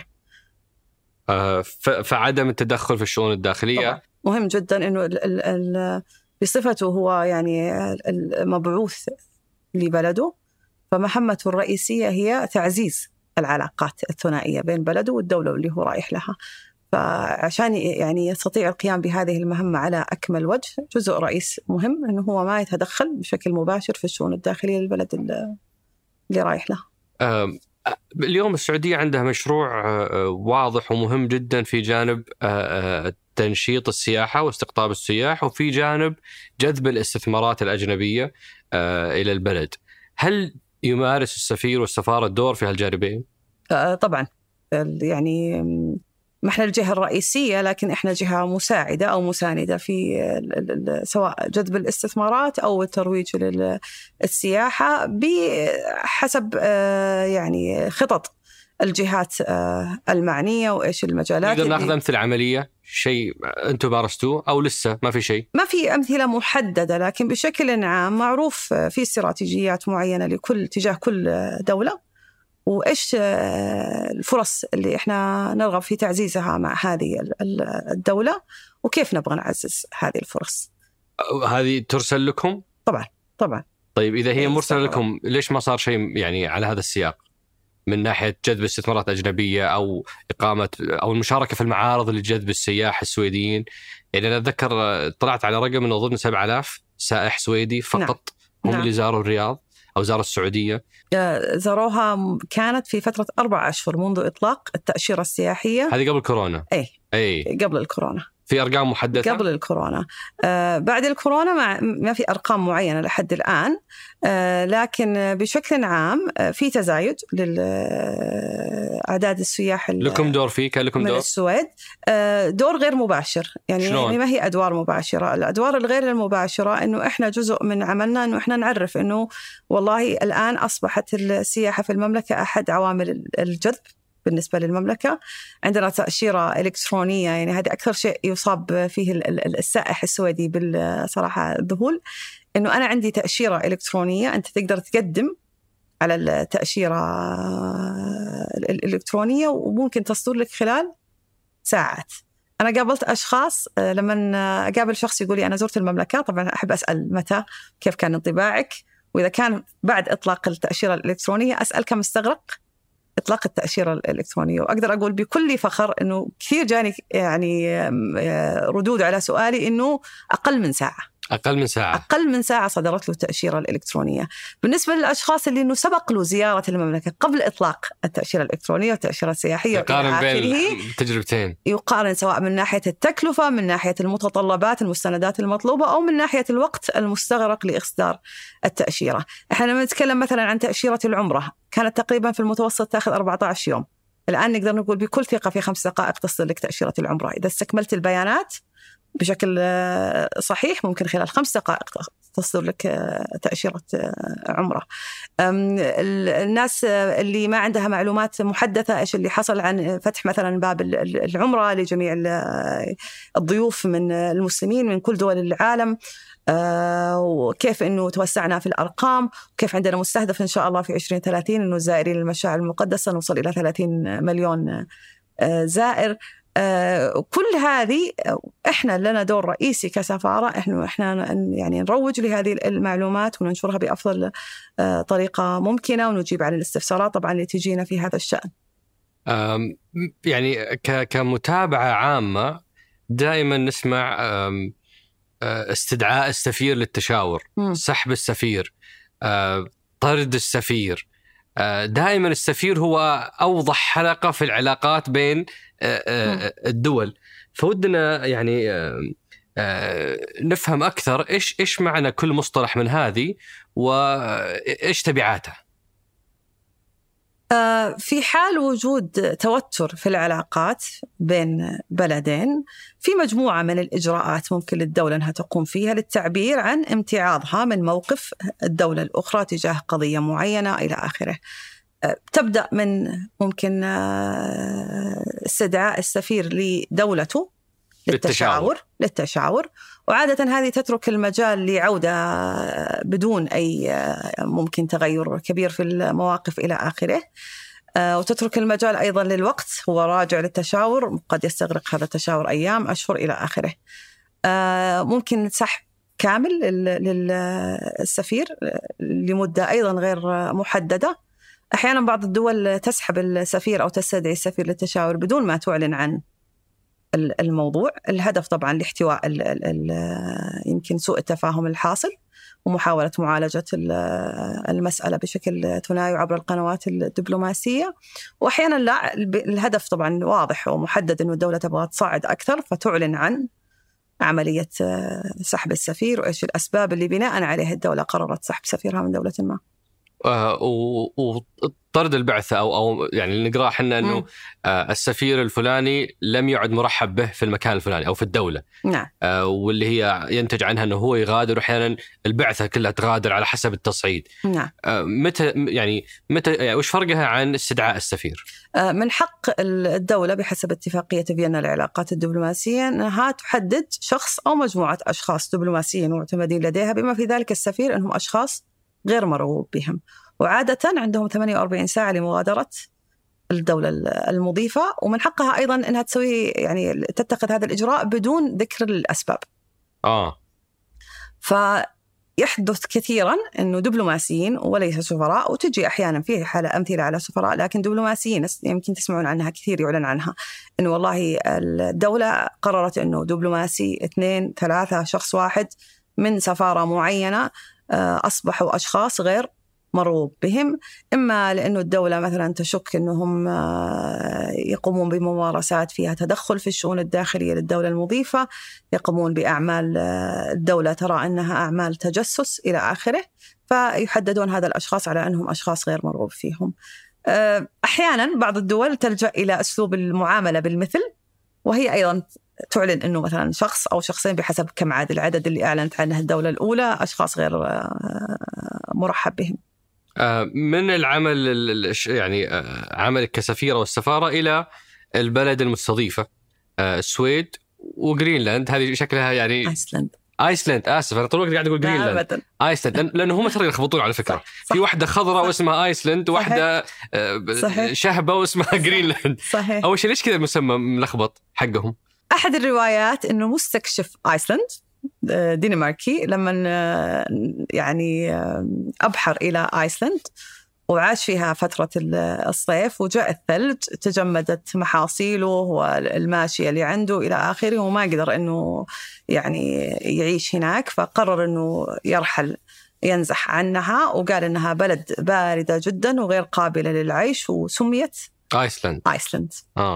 فعدم التدخل في الشؤون الداخلية طبعا مهم جدا، إنه بصفته هو يعني المبعوث لبلده، فمهمته الرئيسية هي تعزيز العلاقات الثنائية بين بلده والدولة اللي هو رايح لها. فعشان يعني يستطيع القيام بهذه المهمة على أكمل وجه، جزء رئيس مهم أنه هو ما يتدخل بشكل مباشر في الشؤون الداخلية للبلد اللي رايح له. اليوم السعودية عندها مشروع واضح ومهم جدا في جانب تنشيط السياحة واستقطاب السياح، وفي جانب جذب الاستثمارات الأجنبية إلى البلد. هل يمارس السفير والسفارة دور في هالجانبين؟ طبعا، يعني ما احنا الجهة الرئيسية، لكن احنا جهة مساعدة أو مساندة في سواء جذب الاستثمارات أو الترويج للسياحة بحسب يعني خطط الجهات المعنية وإيش المجالات. إذا نأخذ أمثلة عملية، شيء أنتم مارستوه أو لسه ما في شيء؟ ما في أمثلة محددة، لكن بشكل عام معروف في استراتيجيات معينة تجاه كل دولة، وإيش الفرص اللي إحنا نرغب في تعزيزها مع هذه الدولة، وكيف نبغى نعزز هذه الفرص. هذه ترسل لكم؟ طبعا. طيب إذا هي مرسلة لكم، ليش ما صار شيء يعني على هذا السياق من ناحية جذب استثمارات أجنبية أو إقامة أو المشاركة في المعارض لجذب السياح السويديين؟ يعني أنا أتذكر طلعت على رقم من أظن 7000 سائح سويدي فقط. هم اللي زاروا الرياض أو زاروا السعودية. زاروها كانت في فترة 4 أشهر منذ إطلاق التأشيرة السياحية. هذه قبل كورونا. إيه، أي قبل الكورونا. في أرقام محددة؟ قبل الكورونا. بعد الكورونا ما في أرقام معينة لحد الآن، لكن بشكل عام في تزايد لأعداد السياح. لكم دور فيه؟ كان لكم من دور؟ السويد دور غير مباشر، يعني ما هي أدوار مباشرة. الأدوار الغير المباشرة إنه إحنا جزء من عملنا إنه إحنا نعرف إنه والله الآن أصبحت السياحة في المملكة أحد عوامل الجذب بالنسبة للمملكة. عندنا تأشيرة إلكترونية، يعني هذا أكثر شيء يصاب فيه السائح السويدي بالصراحة الذهول، إنه أنا عندي تأشيرة إلكترونية أنت تقدر تقدم على التأشيرة الإلكترونية وممكن تصدر لك خلال ساعات. أنا قابلت أشخاص لما أقابل شخص يقول لي أنا زرت المملكة، طبعا أحب أسأل متى، كيف كان انطباعك، وإذا كان بعد إطلاق التأشيرة الإلكترونية أسأل كم استغرق إطلاق التأشيرة الإلكترونية. وأقدر أقول بكل فخر إنه كثير جاني يعني ردود على سؤالي إنه أقل من ساعة. أقل من ساعة صدرت له التأشيرة الإلكترونية. بالنسبة للأشخاص اللي إنه سبق له زيارة المملكة قبل إطلاق التأشيرة الإلكترونية والتأشيرة السياحية، يقارن بين التجربتين، يقارن سواء من ناحية التكلفة، من ناحية المتطلبات المستندات المطلوبة، أو من ناحية الوقت المستغرق لإصدار التأشيرة. إحنا لما نتكلم مثلا عن تأشيرة العمرة كانت تقريبا في المتوسط تأخذ 14 يوم. الآن نقدر نقول بكل ثقة في 5 دقائق تصدر لك تأشيرة العمرة إذا استكملت البيانات بشكل صحيح. ممكن خلال 5 دقائق تصدر لك تأشيرة عمرة. الناس اللي ما عندها معلومات محدثة إيش اللي حصل عن فتح مثلا باب العمرة لجميع الضيوف من المسلمين من كل دول العالم، وكيف إنه توسعنا في الأرقام، وكيف عندنا مستهدف إن شاء الله في 2030 إنه الزائرين للمشاعر المقدسة نوصل إلى 30 مليون زائر. كل هذه إحنا لنا دور رئيسي كسفارة، إحنا يعني نروج لهذه المعلومات وننشرها بأفضل طريقة ممكنة ونجيب على الاستفسارات طبعا اللي تجينا في هذا الشأن. يعني كمتابعة عامة دائما نسمع استدعاء السفير للتشاور، سحب السفير، طرد السفير. دائما السفير هو أوضح حلقة في العلاقات بين الدول. فودنا يعني نفهم أكثر إيش معنى كل مصطلح من هذه وإيش تبعاته. في حال وجود توتر في العلاقات بين بلدين، في مجموعة من الإجراءات ممكن للدولة أنها تقوم فيها للتعبير عن امتعاضها من موقف الدولة الأخرى تجاه قضية معينة إلى آخره. تبدأ من ممكن استدعاء السفير لدولته للتشاور، وعادة هذه تترك المجال لعودة بدون أي ممكن تغير كبير في المواقف إلى آخره، وتترك المجال أيضا للوقت، هو راجع للتشاور قد يستغرق هذا التشاور أيام أشهر إلى آخره. ممكن سحب كامل للسفير لمدة أيضا غير محددة. أحيانا بعض الدول تسحب السفير أو تستدعي السفير للتشاور بدون ما تعلن عن الموضوع. الهدف طبعا لاحتواء يمكن سوء التفاهم الحاصل ومحاولة معالجة المسألة بشكل ثنائي عبر القنوات الدبلوماسية. وأحيانا لا، الهدف طبعا واضح ومحدد أنه الدولة تبغى تصعد أكثر فتعلن عن عملية سحب السفير وإيش الأسباب اللي بناء عليها الدولة قررت سحب سفيرها من دولة ما. وطرد البعثة أو يعني نقرأ حنا أنه السفير الفلاني لم يعد مرحب به في المكان الفلاني أو في الدولة. نعم. واللي هي ينتج عنها أنه هو يغادر، وأحيانا البعثة كلها تغادر على حسب التصعيد. نعم. متى وش فرقها عن استدعاء السفير؟ من حق الدولة بحسب اتفاقية فيينا للعلاقات الدبلوماسية أنها تحدد شخص أو مجموعة أشخاص دبلوماسيين معتمدين لديها، بما في ذلك السفير أنهم أشخاص غير مرغوب بهم، وعادة عندهم 48 ساعة لمغادرة الدولة المضيفة، ومن حقها أيضا أنها تسوي يعني تتخذ هذا الإجراء بدون ذكر الأسباب. فيحدث كثيرا أنه دبلوماسيين وليس سفراء، وتجي أحيانا فيه حالة أمثلة على سفراء لكن دبلوماسيين يمكن تسمعون عنها كثير يعلن عنها، أنه والله الدولة قررت أنه دبلوماسي 2 3 شخص واحد من سفارة معينة أصبحوا أشخاص غير مرغوب بهم، إما لأنه الدولة مثلا تشك أنهم يقومون بممارسات فيها تدخل في الشؤون الداخلية للدولة المضيفة، يقومون بأعمال الدولة ترى أنها أعمال تجسس إلى آخره، فيحددون هذا الأشخاص على أنهم أشخاص غير مرغوب فيهم. أحيانا بعض الدول تلجأ إلى أسلوب المعاملة بالمثل، وهي أيضا تعلن أنه مثلا شخص أو شخصين بحسب كم عاد العدد اللي أعلنت عنه الدولة الأولى أشخاص غير مرحب بهم. من العمل يعني عملك كسفيرة والسفارة إلى البلد المستضيفة السويد وغرينلاند، هذه شكلها يعني آيسلند آسف أنا طول الوقت قاعد أقول غرينلاند آيسلند لأنه هم ترى يلخبطون على فكرة. صح. في واحدة خضراء واسمها آيسلند، واحدة شهبة واسمها غرينلاند. صحيح. أول شيء ليش كذا المسمى ملخبط حقهم؟ أحد الروايات أنه مستكشف آيسلند دنماركي لما يعني أبحر إلى آيسلند وعاش فيها فترة الصيف وجاء الثلج، تجمدت محاصيله والماشية اللي عنده إلى آخره، وما قدر أنه يعني يعيش هناك، فقرر أنه يرحل ينزح عنها، وقال أنها بلد باردة جدا وغير قابلة للعيش، وسميت آيسلند.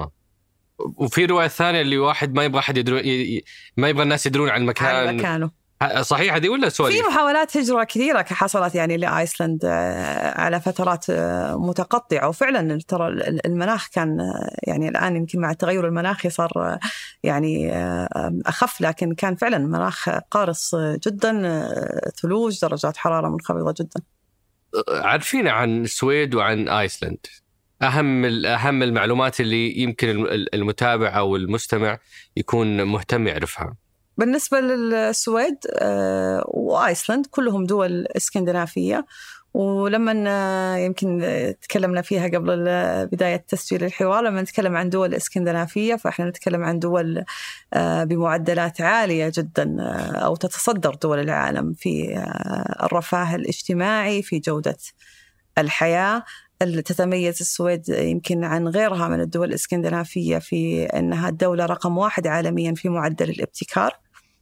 وفي رواية ثانية اللي واحد ما يبغى أحد يدرون، ما يبغى الناس يدرون عن مكانه. صحيح هذه ولا سؤال؟ في محاولات هجرة كثيرة حصلت يعني لآيسلند على فترات متقطعة، وفعلا ترى المناخ كان يعني الآن يمكن مع التغير المناخي صار يعني أخف، لكن كان فعلا مناخ قارس جدا، ثلوج، درجات حرارة منخفضة جدا. عارفين عن السويد وعن آيسلند أهم المعلومات اللي يمكن المتابع أو المستمع يكون مهتم يعرفها؟ بالنسبة للسويد وآيسلند كلهم دول اسكندنافية، ولما يمكن تكلمنا فيها قبل بداية تسجيل الحوار، لما نتكلم عن دول اسكندنافية فإحنا نتكلم عن دول بمعدلات عالية جدا أو تتصدر دول العالم في الرفاه الاجتماعي، في جودة الحياة. تتميز السويد يمكن عن غيرها من الدول الاسكندنافية في أنها الدولة رقم 1 عالميا في معدل الابتكار.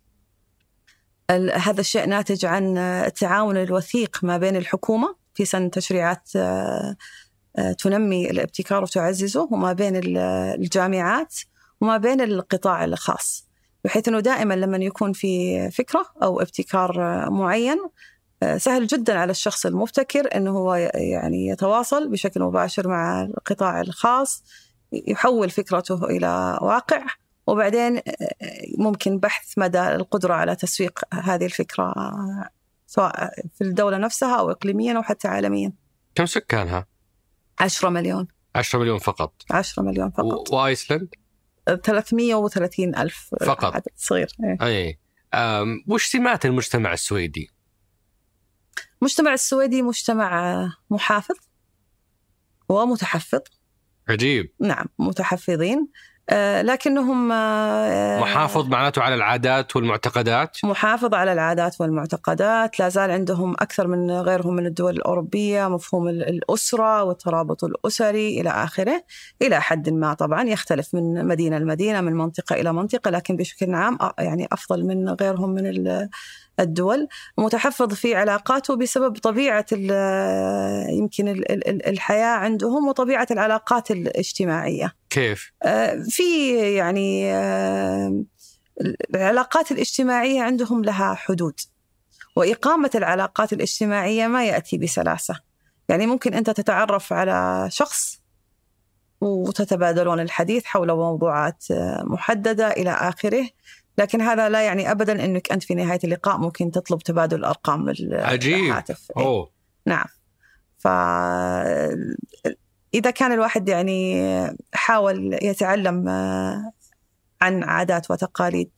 هذا الشيء ناتج عن التعاون الوثيق ما بين الحكومة في سن تشريعات تنمي الابتكار وتعززه، وما بين الجامعات وما بين القطاع الخاص، بحيث أنه دائما لما يكون في فكرة أو ابتكار معين سهل جدا على الشخص المبتكر أنه هو يعني يتواصل بشكل مباشر مع القطاع الخاص، يحول فكرته إلى واقع، وبعدين ممكن بحث مدى القدرة على تسويق هذه الفكرة سواء في الدولة نفسها أو إقليميا أو حتى عالميا. كم سكانها؟ 10 مليون. 10 مليون فقط. 10 مليون فقط. وآيسلند 330 ألف فقط. عدد صغير. أي. وش سمات المجتمع السويدي؟ المجتمع السويدي مجتمع محافظ ومتحفظ. عجيب. نعم متحفظين، لكنهم محافظ معناته على العادات والمعتقدات. محافظ على العادات والمعتقدات. لا زال عندهم أكثر من غيرهم من الدول الأوروبية مفهوم الأسرة والترابط الأسري إلى آخره، إلى حد ما طبعا يختلف من مدينة لمدينة، من منطقة إلى منطقة، لكن بشكل عام يعني أفضل من غيرهم من الدول. متحفظ في علاقاته بسبب طبيعة يمكن الحياة عندهم وطبيعة العلاقات الاجتماعية. كيف؟ في يعني العلاقات الاجتماعية عندهم لها حدود، وإقامة العلاقات الاجتماعية ما يأتي بسلاسة. يعني ممكن أنت تتعرف على شخص وتتبادلون الحديث حول موضوعات محددة إلى آخره، لكن هذا لا يعني أبدا أنك أنت في نهاية اللقاء ممكن تطلب تبادل أرقام الهاتف. نعم. إذا كان الواحد يعني حاول يتعلم عن عادات وتقاليد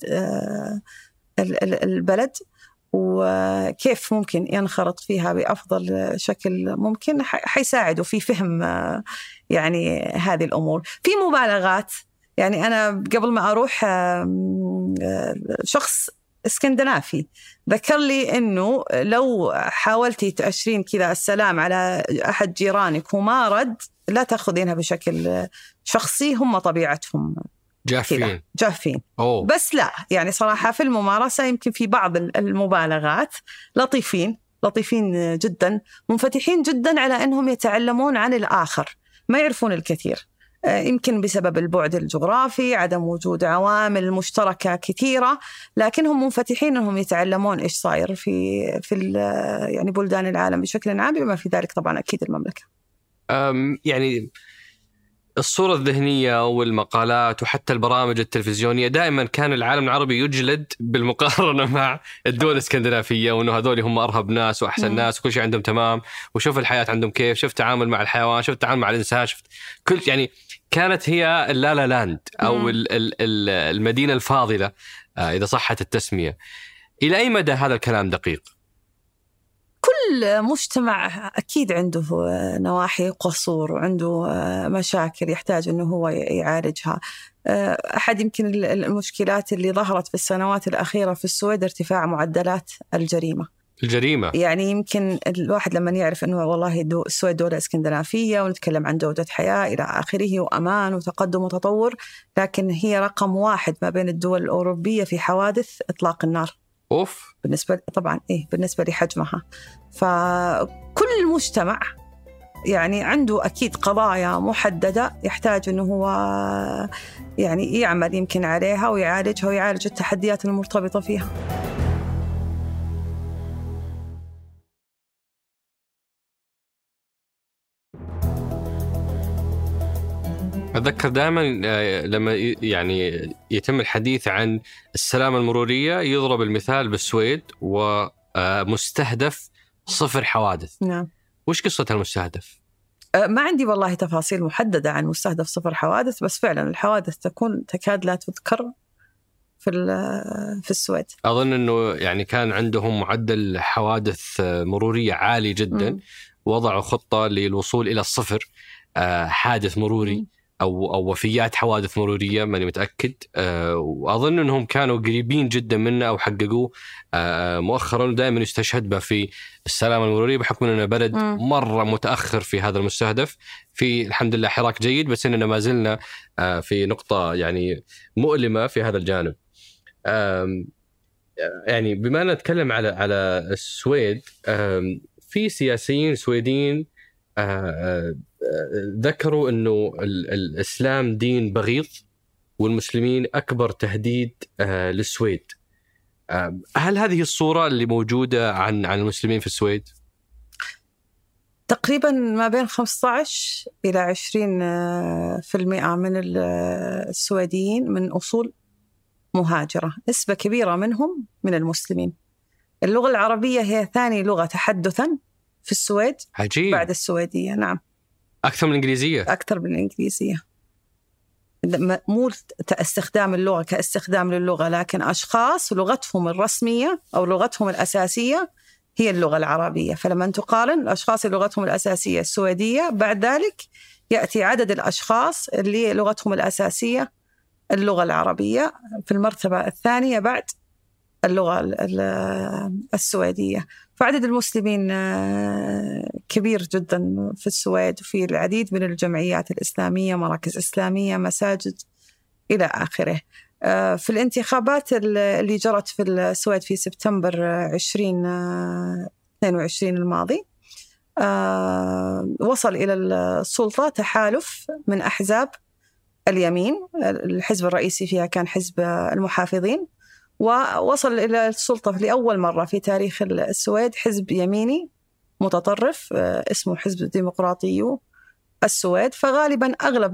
البلد وكيف ممكن ينخرط فيها بأفضل شكل ممكن، حيساعده في فهم يعني هذه الأمور. في مبالغات، يعني أنا قبل ما أروح شخص اسكندنافي ذكر لي إنه لو حاولتي تأشرين كذا السلام على أحد جيرانك وما رد، لا تأخذينها بشكل شخصي، هم طبيعتهم جافين. بس لا يعني صراحة في الممارسة يمكن في بعض المبالغات لطيفين لطيفين جدا، منفتحين جدا على أنهم يتعلمون عن الآخر، ما يعرفون الكثير، يمكن بسبب البعد الجغرافي، عدم وجود عوامل مشتركة كثيرة، لكنهم منفتحين أنهم يتعلمون إيش صاير في يعني بلدان العالم بشكل عام، بما في ذلك طبعا أكيد المملكة. يعني الصورة الذهنية والمقالات وحتى البرامج التلفزيونية دائما كان العالم العربي يجلد بالمقارنة مع الدول الاسكندنافية، وأنه هذول هم أرهب ناس وأحسن ناس وكل شيء عندهم تمام، وشوف الحياة عندهم كيف، شفت تعامل مع الحيوان، شفت تعامل مع الإنسان، شفت كل يعني كانت هي اللالا لاند أو المدينة الفاضلة إذا صحت التسمية. إلى أي مدى هذا الكلام دقيق؟ كل مجتمع أكيد عنده نواحي قصور وعنده مشاكل يحتاج أنه هو يعالجها. أحد يمكن المشكلات اللي ظهرت في السنوات الأخيرة في السويد ارتفاع معدلات الجريمة. يعني يمكن الواحد لما يعرف أنه والله السويد دولة اسكندنافية ونتكلم عن جودة حياة إلى آخره وأمان وتقدم وتطور، لكن هي رقم 1 ما بين الدول الأوروبية في حوادث إطلاق النار. بالنسبة طبعا بالنسبة لحجمها. فكل مجتمع يعني عنده أكيد قضايا محددة يحتاج أنه هو يعني يعمل يمكن عليها ويعالجها ويعالج التحديات المرتبطة فيها. أتذكر دائما لما يعني يتم الحديث عن السلامة المرورية يضرب المثال بالسويد ومستهدف 0 حوادث. نعم. وش قصة المستهدف؟ ما عندي والله تفاصيل محددة عن مستهدف 0 حوادث، بس فعلا الحوادث تكاد لا تذكر في السويد. أظن أنه يعني كان عندهم معدل حوادث مرورية عالي جدا. وضعوا خطة للوصول إلى 0 حادث مروري أو وفيات حوادث مرورية، ماني متأكد. وأظن أنهم كانوا قريبين جدا منه أو حققوه مؤخرا. دائما يستشهد به في السلامة المرورية بحكم أننا بلد مرة متأخر في هذا المستهدف. في الحمد لله حراك جيد، بس أننا ما زلنا في نقطة يعني مؤلمة في هذا الجانب. يعني بما أن نتكلم على السويد، في سياسيين سويديين ذكروا أنه الإسلام دين بغيض والمسلمين أكبر تهديد للسويد. هل هذه الصورة اللي موجودة عن المسلمين في السويد؟ تقريبا ما بين 15 إلى 20% من السويديين من أصول مهاجرة، نسبة كبيرة منهم من المسلمين. اللغة العربية هي ثاني لغة تحدثا في السويد. عجيب. بعد السويدية. نعم. أكثر من الإنجليزية. أكثر من الإنجليزية. مو استخدام اللغة كاستخدام للغة، لكن أشخاص لغتهم الرسمية أو لغتهم الأساسية هي اللغة العربية. فلما تقارن الأشخاص لغتهم الأساسية السويدية، بعد ذلك يأتي عدد الأشخاص اللي لغتهم الأساسية اللغة العربية في المرتبة الثانية بعد اللغة السويدية. فعدد المسلمين كبير جدا في السويد، وفي العديد من الجمعيات الإسلامية، مراكز إسلامية، مساجد إلى آخره. في الانتخابات اللي جرت في السويد في سبتمبر 2022 الماضي، وصل إلى السلطة تحالف من أحزاب اليمين. الحزب الرئيسي فيها كان حزب المحافظين، ووصل إلى السلطة لأول مرة في تاريخ السويد حزب يميني متطرف اسمه حزب الديمقراطيو السويد. فغالبا أغلب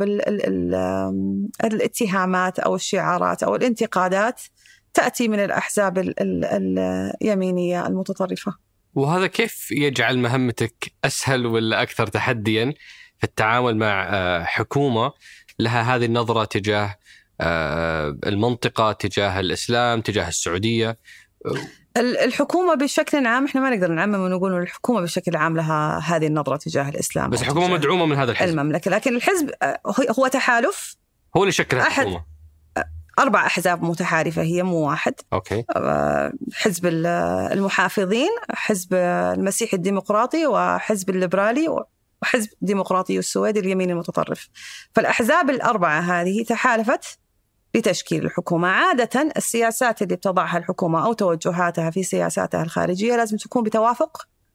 الاتهامات أو الشعارات أو الانتقادات تأتي من الأحزاب اليمينية المتطرفة. وهذا كيف يجعل مهمتك أسهل ولا أكثر تحديا في التعامل مع حكومة لها هذه النظرة تجاه المنطقة، تجاه الإسلام، تجاه السعودية؟ الحكومة بشكل عام احنا ما نقدر نعمم ونقول الحكومة بشكل عام لها هذه النظرة تجاه الإسلام، بس الحكومة مدعومة من هذا الحزب المملكة. لكن الحزب هو تحالف، هو اللي شكل الحكومة. 4 أحزاب متحالفة، هي مو واحد. أوكي. حزب المحافظين، حزب المسيح الديمقراطي، وحزب الليبرالي، وحزب ديمقراطي السويد اليمين المتطرف. فالأحزاب ال4 هذه تحالفت لتشكيل الحكومة. عادة السياسات اللي بتضعها الحكومة أو توجهاتها في سياساتها الخارجية لازم تكون بتوافق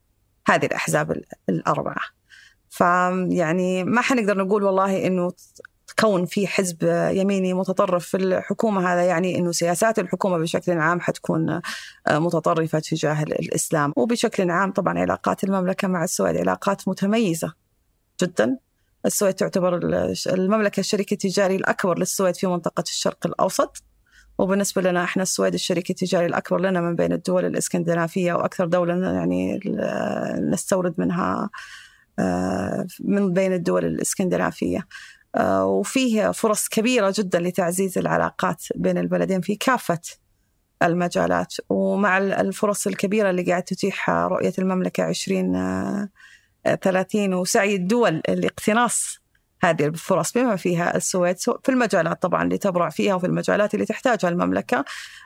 هذه الأحزاب الأربعة. فيعني ما حنقدر نقول والله إنه كون في حزب يميني متطرف في الحكومة هذا يعني إنه سياسات الحكومة بشكل عام حتكون متطرفة تجاه الإسلام. وبشكل عام طبعا علاقات المملكة مع السويد علاقات متميزة جدا. السويد تعتبر المملكة الشريك التجاري الأكبر للسويد في منطقة الشرق الأوسط، وبالنسبة لنا إحنا السويد الشريك التجاري الأكبر لنا من بين الدول الإسكندنافية، وأكثر دولة يعني نستورد منها من بين الدول الإسكندنافية. وفيه فرص كبيرة جدا لتعزيز العلاقات بين البلدين في كافة المجالات. ومع الفرص الكبيرة اللي قاعد تتيحها رؤية المملكة 2030 وسعي الدول لاقتناص هذه الفرص بما فيها السويد في المجالات طبعا اللي تبرع فيها وفي المجالات اللي تحتاجها المملكة،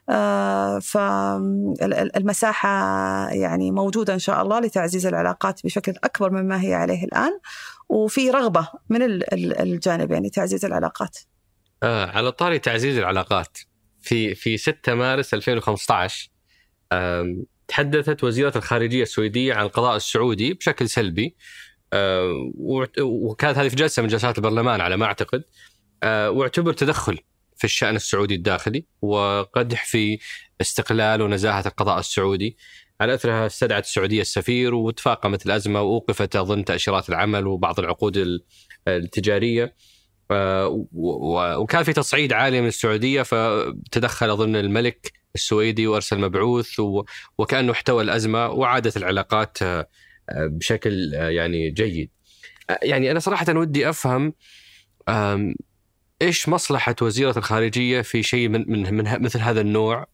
فالمساحة يعني موجودة إن شاء الله لتعزيز العلاقات بشكل أكبر مما هي عليه الآن، وفي رغبة من الجانبين لتعزيز العلاقات. على طاري تعزيز العلاقات، في 6 مارس 2015 تحدثت وزيرة الخارجية السويدية عن القضاء السعودي بشكل سلبي، وكانت هذه في جلسة من جلسات البرلمان على ما أعتقد، واعتبر تدخل في الشأن السعودي الداخلي وقدح في استقلال ونزاهة القضاء السعودي. على أثرها استدعت السعودية السفير وتفاقمت الأزمة، وأوقفت أظن تأشيرات العمل وبعض العقود التجارية، وكان في تصعيد عالي من السعودية، فتدخل أظن الملك السويدي وأرسل مبعوث وكأنه احتوى الأزمة وعادت العلاقات بشكل يعني جيد. يعني أنا صراحة ودي أفهم إيش مصلحة وزيرة الخارجية في شيء من مثل هذا النوع.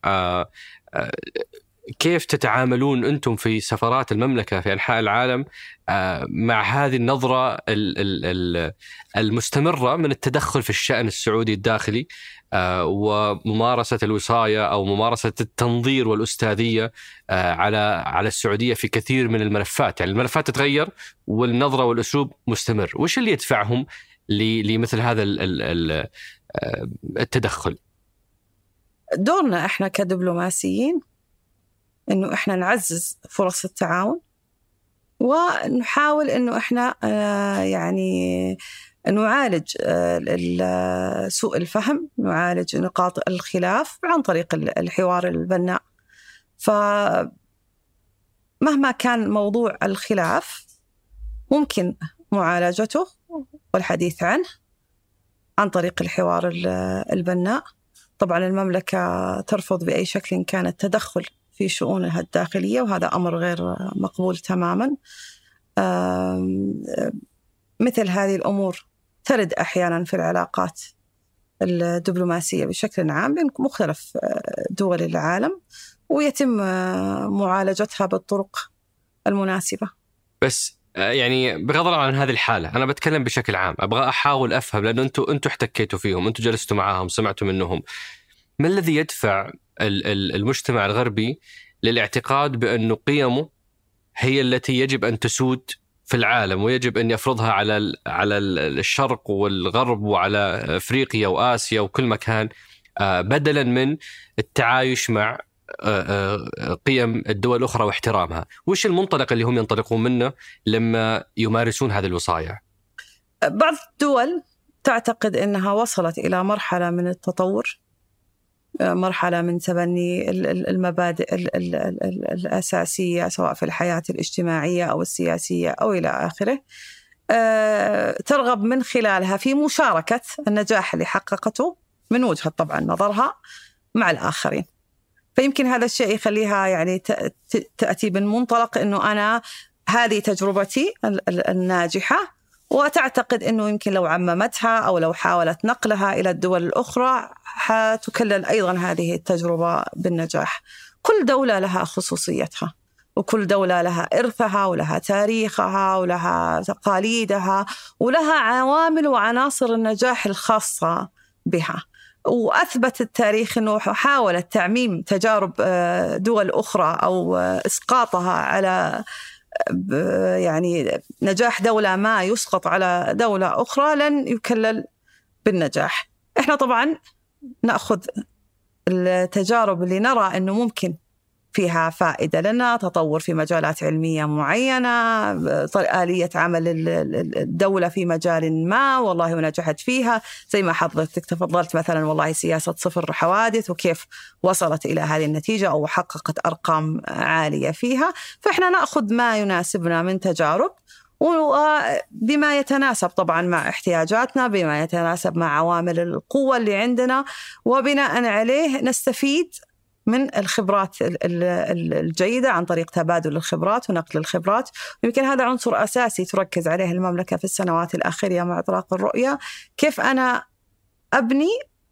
كيف تتعاملون أنتم في سفارات المملكة في أنحاء العالم مع هذه النظرة المستمرة من التدخل في الشأن السعودي الداخلي وممارسة الوصاية أو ممارسة التنظير والأستاذية على السعودية في كثير من الملفات؟ يعني الملفات تتغير والنظرة والأسلوب مستمر. وش اللي يدفعهم لمثل هذا التدخل؟ دورنا إحنا كدبلوماسيين إنه إحنا نعزز فرص التعاون، ونحاول إنه إحنا يعني نعالج سوء الفهم، نعالج نقاط الخلاف عن طريق الحوار البناء. فمهما كان موضوع الخلاف ممكن معالجته والحديث عنه عن طريق الحوار البناء. طبعا المملكة ترفض بأي شكل كان التدخل في شؤونها الداخلية، وهذا أمر غير مقبول تماما. مثل هذه الأمور ترد أحيانا في العلاقات الدبلوماسية بشكل عام بين مختلف دول العالم، ويتم معالجتها بالطرق المناسبة. بس يعني بغض النظر عن هذه الحالة، أنا بتكلم بشكل عام، أبغى أحاول أفهم، لأنه أنتوا احتكيتوا فيهم، أنتوا جلستوا معاهم، سمعتوا منهم. ما الذي يدفع المجتمع الغربي للاعتقاد بأن قيمه هي التي يجب أن تسود في العالم، ويجب أن يفرضها على الشرق والغرب وعلى أفريقيا وآسيا وكل مكان، بدلا من التعايش مع قيم الدول الأخرى واحترامها؟ وش المنطلق اللي هم ينطلقون منه لما يمارسون هذه الوصايا؟ بعض الدول تعتقد أنها وصلت إلى مرحلة من التطور، مرحلة من تبني المبادئ الأساسية سواء في الحياة الاجتماعية أو السياسية أو إلى آخره، ترغب من خلالها في مشاركة النجاح اللي حققته من وجهة طبعا نظرها مع الآخرين. فيمكن هذا الشيء يخليها يعني تأتي من منطلق أنه أنا هذه تجربتي الناجحة، وتعتقد أنه يمكن لو عممتها أو لو حاولت نقلها إلى الدول الأخرى حتكلل أيضا هذه التجربة بالنجاح. كل دولة لها خصوصيتها، وكل دولة لها إرثها ولها تاريخها ولها تقاليدها ولها عوامل وعناصر النجاح الخاصة بها. وأثبت التاريخ أنه حاولت تعميم تجارب دول أخرى أو إسقاطها على يعني نجاح دولة ما يسقط على دولة أخرى لن يكلل بالنجاح. إحنا طبعا نأخذ التجارب اللي نرى أنه ممكن فيها فائدة لنا، تطور في مجالات علمية معينة، آلية عمل الدولة في مجال ما والله ونجحت فيها، زي ما حضرتك تفضلت مثلا والله سياسة 0 حوادث وكيف وصلت إلى هذه النتيجة أو حققت أرقام عالية فيها. فإحنا نأخذ ما يناسبنا من تجارب وبما يتناسب طبعا مع احتياجاتنا، بما يتناسب مع عوامل القوة اللي عندنا، وبناء عليه نستفيد من الخبرات الجيدة عن طريق تبادل الخبرات ونقل الخبرات. يمكن هذا عنصر أساسي تركز عليه المملكة في السنوات الأخيرة مع إطلاق الرؤية، كيف أنا أبني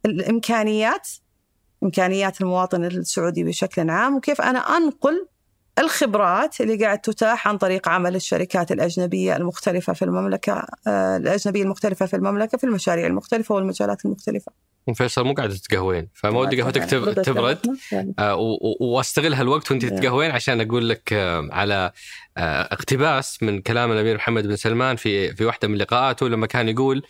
إمكانيات المواطن السعودي بشكل عام، وكيف أنا أنقل الخبرات اللي قاعد تتاح عن طريق عمل الشركات الأجنبية المختلفة في المملكة، الأجنبية المختلفة في المملكة في المشاريع المختلفة والمجالات المختلفة. فيصل مو قاعدة تتقهوين، فما ودي قهوتك تبرد واستغل هالوقت وانت تتقهوين عشان أقول لك على اقتباس من كلام الأمير محمد بن سلمان في واحدة من لقاءاته لما كان يقول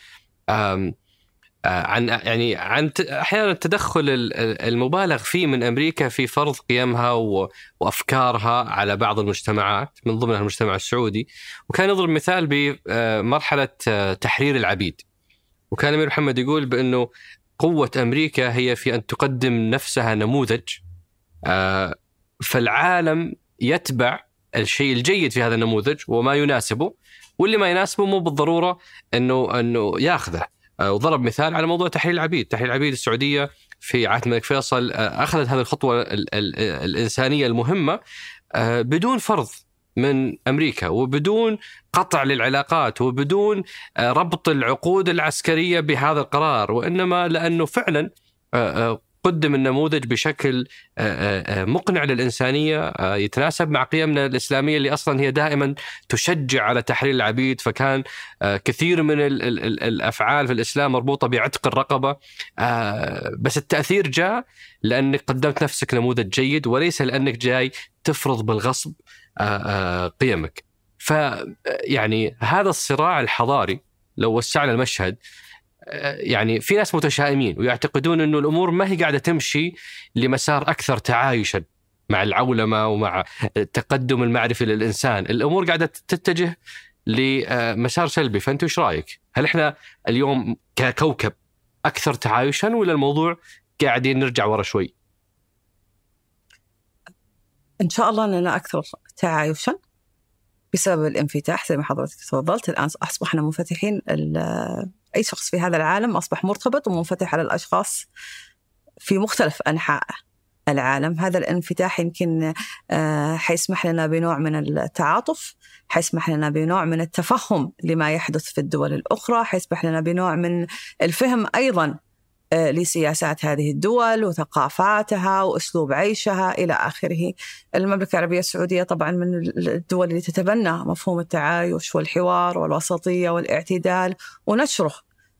عن أحيانا التدخل المبالغ فيه من أمريكا في فرض قيمها وأفكارها على بعض المجتمعات من ضمنها المجتمع السعودي، وكان يضرب مثال بمرحلة تحرير العبيد. وكان الأمير محمد يقول بأنه قوة أمريكا هي في أن تقدم نفسها نموذج، فالعالم يتبع الشيء الجيد في هذا النموذج وما يناسبه، واللي ما يناسبه مو بالضرورة أنه يأخذه. وضرب مثال على موضوع تحرير العبيد. تحرير العبيد السعودية في عهد الملك فيصل أخذت هذه الخطوة الإنسانية المهمة بدون فرض من أمريكا، وبدون قطع للعلاقات، وبدون ربط العقود العسكرية بهذا القرار، وإنما لأنه فعلا قدم النموذج بشكل مقنع للإنسانية يتناسب مع قيمنا الإسلامية اللي أصلا هي دائما تشجع على تحرير العبيد. فكان كثير من الأفعال في الإسلام مربوطة بعتق الرقبة، بس التأثير جاء لأنك قدمت نفسك نموذج جيد، وليس لأنك جاي تفرض بالغصب قيمك. فيعني هذا الصراع الحضاري لو وسعنا المشهد، يعني في ناس متشائمين ويعتقدون أنه الأمور ما هي قاعدة تمشي لمسار أكثر تعايشا مع العولمة ومع التقدم المعرفي للإنسان، الأمور قاعدة تتجه لمسار سلبي. فأنتوا إيش رأيك؟ هل إحنا اليوم ككوكب أكثر تعايشا ولا الموضوع قاعدين نرجع ورا شوي؟ إن شاء الله أننا أكثر تعايشا بسبب الانفتاح زي ما حضرتك تفضلت. الآن أصبحنا منفتحين، أي شخص في هذا العالم أصبح مرتبط ومنفتح على الأشخاص في مختلف أنحاء العالم. هذا الانفتاح يمكن حيسمح لنا بنوع من التعاطف، حيسمح لنا بنوع من التفهم لما يحدث في الدول الأخرى، حيسمح لنا بنوع من الفهم أيضا لسياسات هذه الدول وثقافاتها وأسلوب عيشها إلى آخره. المملكة العربية السعودية طبعا من الدول اللي تتبنى مفهوم التعايش والحوار والوسطية والاعتدال ونشره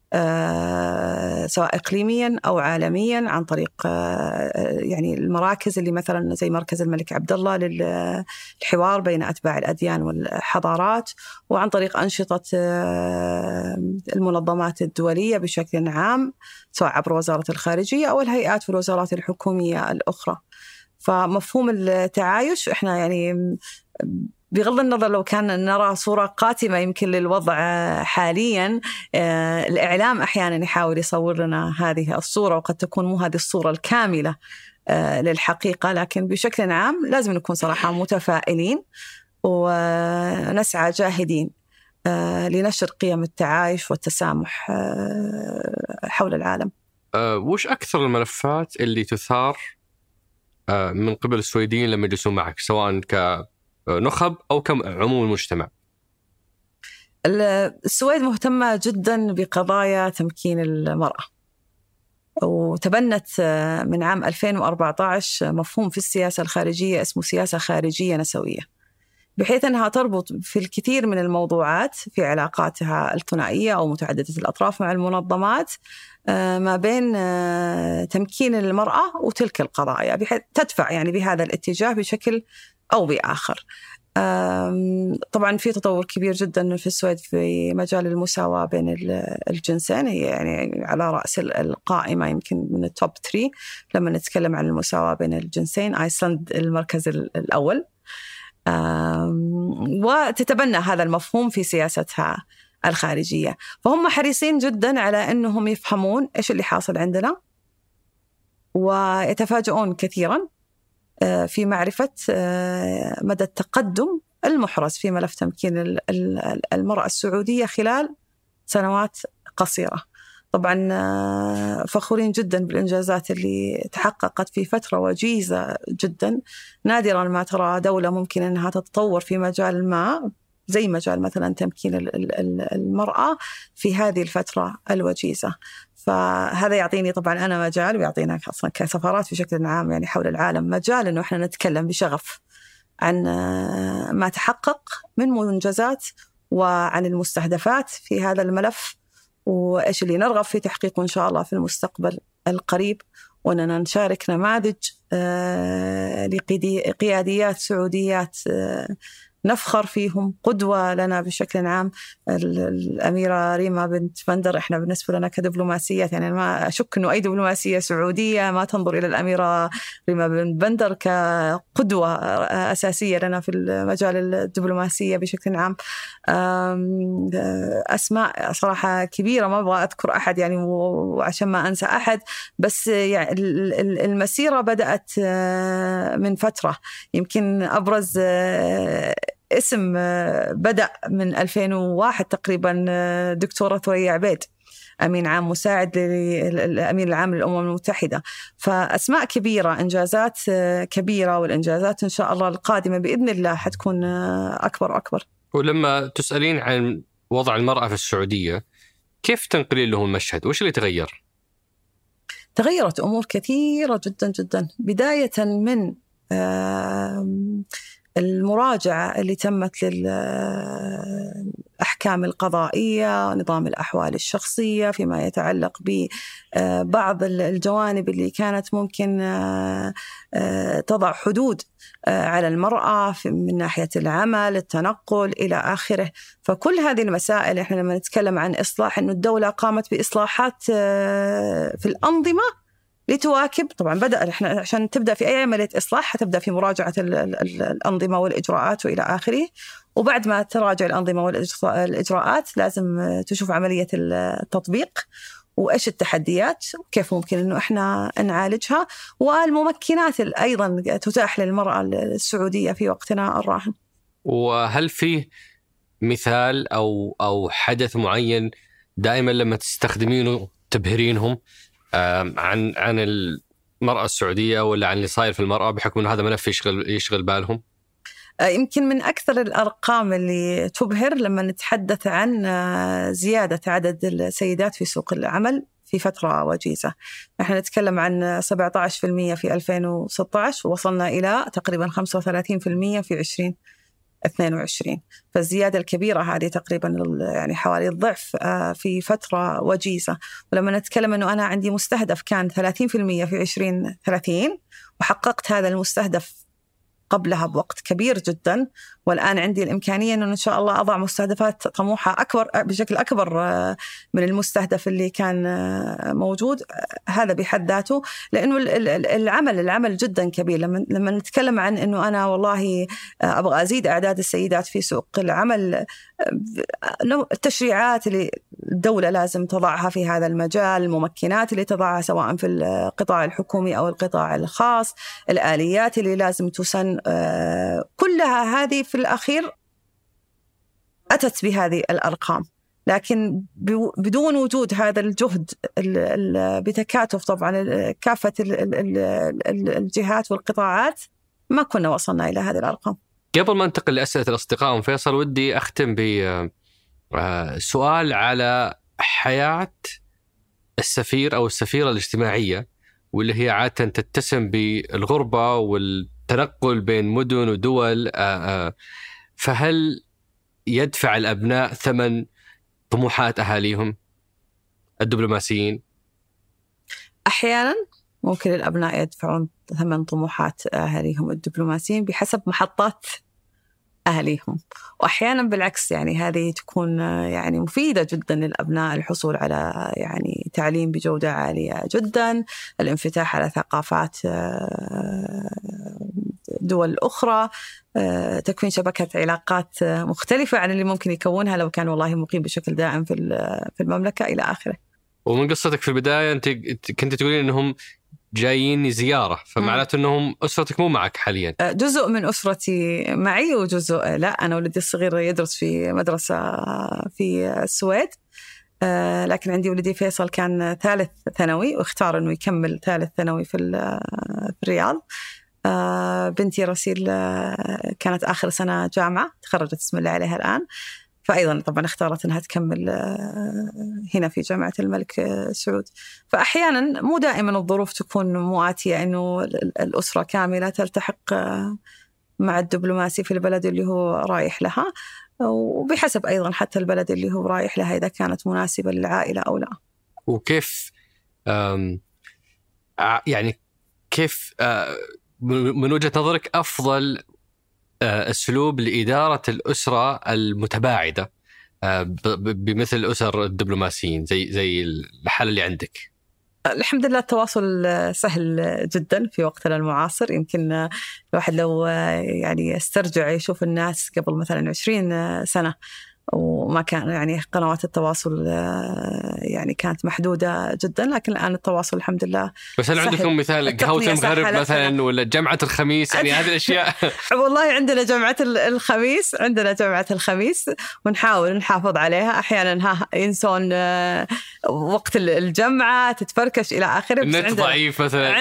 سواء إقليميا أو عالميا عن طريق يعني المراكز اللي مثلا زي مركز الملك عبد الله للحوار بين أتباع الأديان والحضارات، وعن طريق أنشطة المنظمات الدولية بشكل عام سواء عبر وزارة الخارجية أو الهيئات والوزارات الحكومية الأخرى. فمفهوم التعايش إحنا يعني بغض النظر لو كان نرى صورة قاتمة يمكن للوضع حاليا، الإعلام أحيانا يحاول يصور لنا هذه الصورة، وقد تكون مو هذه الصورة الكاملة للحقيقة، لكن بشكل عام لازم نكون صراحة متفائلين ونسعى جاهدين لنشر قيم التعايش والتسامح حول العالم. وش أكثر الملفات اللي تثار من قبل السويديين لما يجلسون معك سواء كنخب أو كعموم المجتمع؟ السويد مهتمة جدا بقضايا تمكين المرأة، وتبنت من عام 2014 مفهوم في السياسة الخارجية اسمه سياسة خارجية نسوية، بحيث أنها تربط في الكثير من الموضوعات في علاقاتها الثنائية أو متعددة الأطراف مع المنظمات ما بين تمكين المرأة وتلك القضايا، بحيث تدفع يعني بهذا الاتجاه بشكل أو بآخر. طبعا في تطور كبير جدا في السويد في مجال المساواة بين الجنسين، هي يعني على رأس القائمة يمكن من التوب 3 لما نتكلم عن المساواة بين الجنسين. آيسلند المركز الأول، وتتبنى هذا المفهوم في سياستها الخارجية. فهم حريصين جدا على أنهم يفهمون إيش اللي حاصل عندنا، ويتفاجؤون كثيرا في معرفة مدى التقدم المحرز في ملف تمكين المرأة السعودية خلال سنوات قصيرة. طبعا فخورين جدا بالإنجازات اللي تحققت في فترة وجيزة جدا. نادرا ما ترى دولة ممكن أنها تتطور في مجال ما زي مجال مثلا تمكين المرأة في هذه الفترة الوجيزة. فهذا يعطيني طبعا أنا مجال، ويعطينا أصلا كسفارات بشكل عام يعني حول العالم مجال إنه إحنا نتكلم بشغف عن ما تحقق من منجزات وعن المستهدفات في هذا الملف، وإيش اللي نرغب في تحقيقه إن شاء الله في المستقبل القريب، وأننا نشارك نماذج لقياديات سعوديات نفخر فيهم، قدوة لنا بشكل عام. الأميرة ريما بنت بندر إحنا بالنسبة لنا كدبلوماسيات يعني ما أشك أنه أي دبلوماسية سعودية ما تنظر إلى الأميرة ريما بنت بندر كقدوة أساسية لنا في المجال الدبلوماسية بشكل عام. أسماء صراحة كبيرة ما أبغى أذكر أحد يعني وعشان ما أنسى أحد، بس يعني المسيرة بدأت من فترة. يمكن أبرز اسم بدأ من 2001 تقريبا دكتورة ثريا عبيد، أمين عام مساعد للأمين العام للأمم المتحدة. فأسماء كبيرة، إنجازات كبيرة، والإنجازات إن شاء الله القادمة بإذن الله حتكون أكبر وأكبر. ولما تسألين عن وضع المرأة في السعودية كيف تنقلين لهم المشهد؟ وش اللي تغير؟ تغيرت أمور كثيرة جدا جدا، بداية من المراجعة اللي تمت للأحكام القضائية، نظام الأحوال الشخصية فيما يتعلق ببعض الجوانب اللي كانت ممكن تضع حدود على المرأة من ناحية العمل، التنقل إلى آخره. فكل هذه المسائل إحنا لما نتكلم عن إصلاح، إنه الدولة قامت بإصلاحات في الأنظمة لتواكب. طبعا بدأ إحنا عشان تبدأ في أي عملية إصلاح حتبدأ في مراجعة الأنظمة والإجراءات وإلى آخره، وبعد ما تراجع الأنظمة والإجراءات لازم تشوف عملية التطبيق وإيش التحديات وكيف ممكن إنه إحنا نعالجها، والممكنات أيضا تتاح للمرأة السعودية في وقتنا الراهن. وهل فيه مثال أو حدث معين دائما لما تستخدمينه تبهرينهم عن المرأة السعودية ولا عن اللي صاير في المرأة، بحكم أن هذا ملف يشغل بالهم؟ يمكن من أكثر الأرقام اللي تبهر لما نتحدث عن زيادة عدد السيدات في سوق العمل في فترة وجيزة. نحن نتكلم عن 17% في 2016 ووصلنا إلى تقريبا 35% في 2022. فالزيادة الكبيرة هذه تقريبا يعني حوالي الضعف في فترة وجيزة. ولما نتكلم أنه أنا عندي مستهدف كان 30% في 2030 وحققت هذا المستهدف قبلها بوقت كبير جدا، والآن عندي الإمكانية أنه إن شاء الله أضع مستهدفات طموحة أكبر بشكل أكبر من المستهدف اللي كان موجود. هذا بحد ذاته، لأنه العمل جدا كبير. لما نتكلم عن أنه أنا والله أبغى أزيد أعداد السيدات في سوق العمل، التشريعات اللي الدولة لازم تضعها في هذا المجال، الممكنات اللي تضعها سواء في القطاع الحكومي أو القطاع الخاص، الآليات اللي لازم تسن، كلها هذه في الأخير أتت بهذه الأرقام. لكن بدون وجود هذا الجهد بتكاتف طبعا كافة الجهات والقطاعات ما كنا وصلنا إلى هذه الأرقام. قبل ما انتقل لأسئلة الأصدقاء فيصل، ودي أختم بسؤال على حياة السفير أو السفيرة الاجتماعية، واللي هي عادة تتسم بالغربة والتنقل بين مدن ودول. فهل يدفع الأبناء ثمن طموحات أهاليهم الدبلوماسيين؟ أحيانا ممكن الأبناء يدفعون ثمن طموحات أهاليهم الدبلوماسيين بحسب محطات أهليهم. وأحيانا بالعكس يعني هذه تكون يعني مفيدة جدا للأبناء، الحصول على يعني تعليم بجودة عالية جدا، الانفتاح على ثقافات دول أخرى، تكوين شبكة علاقات مختلفة عن اللي ممكن يكونها لو كان والله مقيم بشكل دائم في المملكة إلى آخره. ومن قصتك في البداية أنت كنت تقولين أنهم جايين زيارة، فمعناته أنهم أسرتك مو معك حاليا؟ جزء من أسرتي معي وجزء لا. أنا ولدي الصغير يدرس في مدرسة في السويد، لكن عندي ولدي فيصل كان ثالث ثانوي واختار أنه يكمل ثالث ثانوي في الرياض. بنتي رسيل كانت آخر سنة جامعة، تخرجت بسم الله عليها الآن، فأيضا طبعا اختارت أنها تكمل هنا في جامعة الملك سعود. فأحيانا مو دائما الظروف تكون مواتية أنه الأسرة كاملة تلتحق مع الدبلوماسي في البلد اللي هو رايح لها، وبحسب أيضا حتى البلد اللي هو رايح لها إذا كانت مناسبة للعائلة أو لا. وكيف يعني كيف من وجهة نظرك أفضل أسلوب لإدارة الأسرة المتباعدة بمثل أسر الدبلوماسيين زي الحالة اللي عندك؟ الحمد لله التواصل سهل جدا في وقتنا المعاصر. يمكن الواحد لو يعني استرجع يشوف الناس قبل مثلا 20 سنة وما كان يعني قنوات التواصل يعني كانت محدودة جدا، لكن الآن التواصل الحمد لله. بس هل عندكم مثال قهوة المغرب مثلا ولا جامعة الخميس؟ يعني هذه الأشياء والله عندنا جامعة الخميس ونحاول نحافظ عليها. أحيانا ينسون وقت الجمعة تتفركش إلى آخره، النت ضعيف مثلا.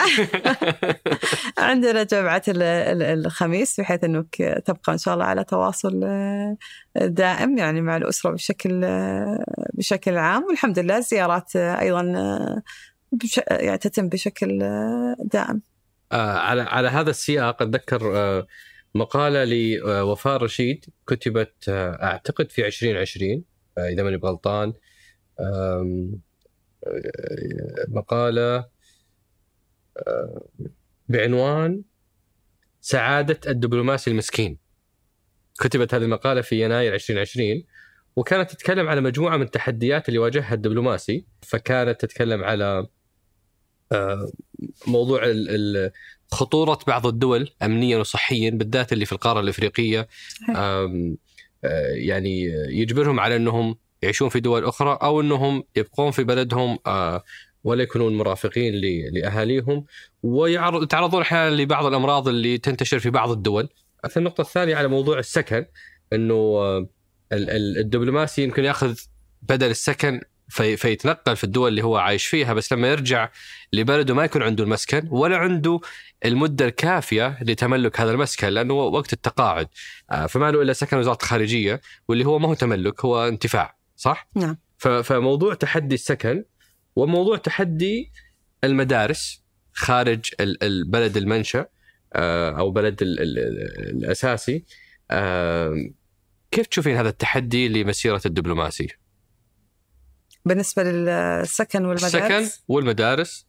عندنا جامعة الخميس بحيث أنك تبقى إن شاء الله على تواصل دائم يعني مع الأسرة بشكل عام. والحمد لله الزيارات أيضا يعني تتم بشكل دائم. على هذا السياق أتذكر مقالة لوفاء رشيد كتبت أعتقد في 2020 إذا ماني بغلطان، مقالة بعنوان سعادة الدبلوماسي المسكين. كتبت هذه المقالة في يناير 2020، وكانت تتكلم على مجموعة من التحديات اللي واجهها الدبلوماسي. فكانت تتكلم على موضوع خطورة بعض الدول أمنيا وصحيا، بالذات اللي في القارة الإفريقية، يعني يجبرهم على أنهم يعيشون في دول أخرى أو أنهم يبقون في بلدهم ولا يكونون مرافقين لأهاليهم، ويتعرضون أحيانا لبعض الأمراض اللي تنتشر في بعض الدول. النقطة الثانية على موضوع السكن، أنه الدبلوماسي يمكن يأخذ بدل السكن فيتنقل في الدول اللي هو عايش فيها، بس لما يرجع لبلده ما يكون عنده المسكن ولا عنده المدة الكافية لتملك هذا المسكن، لأنه وقت التقاعد فما له إلا سكن وزارة الخارجية، واللي هو ما هو تملك، هو انتفاع، صح؟ نعم. فموضوع تحدي السكن وموضوع تحدي المدارس خارج البلد المنشأ أو بلد الأساسي، كيف تشوفين هذا التحدي لمسيرة الدبلوماسي؟ بالنسبة للسكن والمدارس؟ السكن والمدارس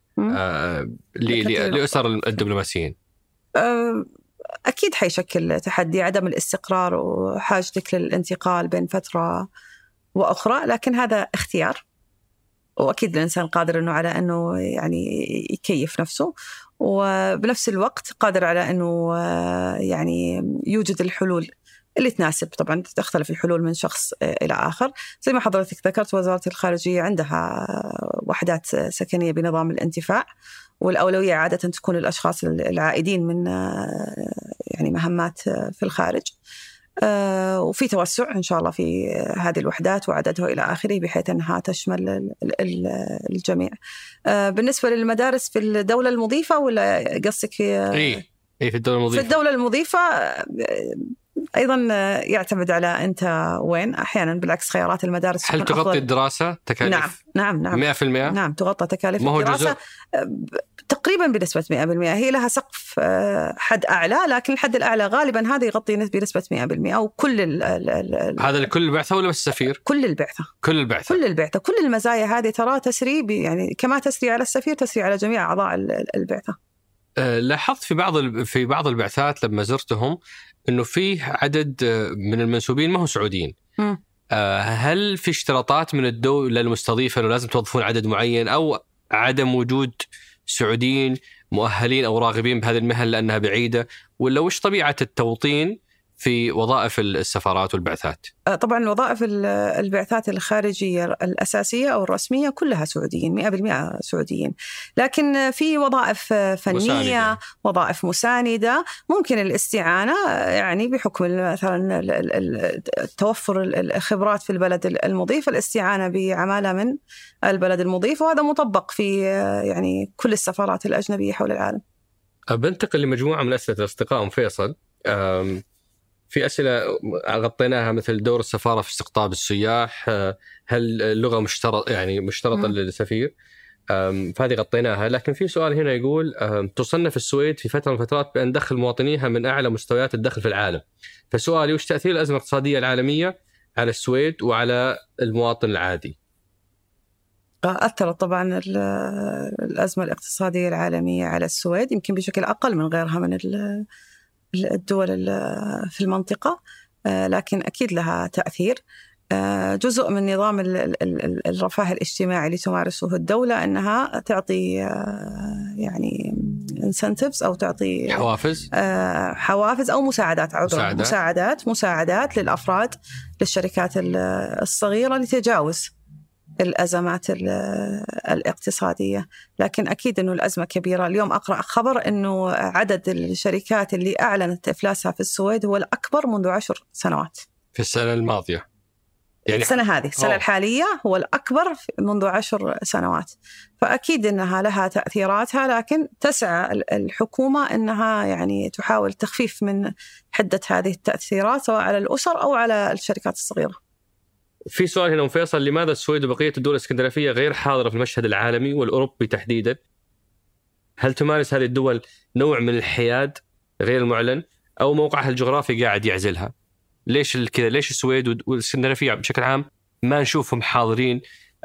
لأسر الدبلوماسيين. أكيد حيشكل تحدي عدم الاستقرار وحاجتك للانتقال بين فترة وأخرى، لكن هذا اختيار، وأكيد الإنسان قادر إنه على إنه يعني يكيف نفسه، وبنفس الوقت قادر على إنه يعني يوجد الحلول اللي تناسب. طبعا تختلف الحلول من شخص إلى آخر. زي ما حضرتك ذكرت، وزارة الخارجية عندها وحدات سكنية بنظام الانتفاع، والأولوية عادة تكون للأشخاص العائدين من يعني مهمات في الخارج، وفي توسع إن شاء الله في هذه الوحدات وعددها إلى آخره بحيث أنها تشمل الجميع. بالنسبة للمدارس في الدولة المضيفة ولا قصدك في الدولة المضيفة؟ في الدولة المضيفة أيضا يعتمد على أنت وين. أحيانا بالعكس خيارات المدارس هل تغطي الدراسة تكاليف؟ نعم 100%. نعم تغطى تكاليف الدراسة تقريبا بنسبة 100%. هي لها سقف حد أعلى، لكن الحد الأعلى غالبا هذا يغطي بنسبة 100%. أو كل هذا لكل البعثة ولا بس السفير؟ كل البعثة. كل المزايا هذه ترى تسري يعني كما تسري على السفير تسري على جميع أعضاء البعثة. لاحظت في بعض البعثات لما زرتهم انه فيه عدد من المنسوبين ما هو سعوديين. هل في اشتراطات من الدولة المستضيفة انه لازم توظفون عدد معين، او عدم وجود سعوديين مؤهلين او راغبين بهذه المهن لانها بعيدة، ولا وش طبيعة التوطين في وظائف السفارات والبعثات؟ طبعا وظائف البعثات الخارجية الأساسية أو الرسمية كلها سعوديين 100% سعوديين، لكن في وظائف فنية وظائف مساندة ممكن الاستعانة يعني بحكم مثلا توفر الخبرات في البلد المضيف، الاستعانة بعمالة من البلد المضيف، وهذا مطبق في يعني كل السفارات الأجنبية حول العالم. بنتقل لمجموعة من أسئلة الأصدقاء فيصل. في أسئلة غطيناها مثل دور السفارة في استقطاب السياح، هل اللغة مشترطة للسفير؟ فهذه غطيناها. لكن في سؤال هنا يقول تصنف السويد في فترة من الفترات بأن دخل مواطنيها من أعلى مستويات الدخل في العالم، فسؤالي وش تأثير الأزمة الاقتصادية العالمية على السويد وعلى المواطن العادي؟ أثرت طبعا الأزمة الاقتصادية العالمية على السويد يمكن بشكل أقل من غيرها من الدول في المنطقة، لكن أكيد لها تأثير. جزء من نظام الرفاه الاجتماعي اللي تمارسه الدولة أنها تعطي يعني incentives أو تعطي حوافز أو مساعدات للأفراد، للشركات الصغيرة لتجاوز الأزمات الاقتصادية. لكن أكيد أنه الأزمة كبيرة. اليوم أقرأ خبر أنه عدد الشركات اللي أعلنت إفلاسها في السويد هو الأكبر منذ 10 سنوات. في السنة الماضية يعني السنة الحالية هو الأكبر منذ 10 سنوات. فأكيد أنها لها تأثيراتها، لكن تسعى الحكومة أنها يعني تحاول تخفيف من حدة هذه التأثيرات سواء على الأسر أو على الشركات الصغيرة. في سؤال هنا فيصل، لماذا السويد وبقية الدول الاسكندنافية غير حاضرة في المشهد العالمي والأوروبي تحديدا؟ هل تمارس هذه الدول نوع من الحياد غير المعلن أو موقعها الجغرافي قاعد يعزلها؟ ليش كذا؟ ليش السويد والاسكندنافية بشكل عام ما نشوفهم حاضرين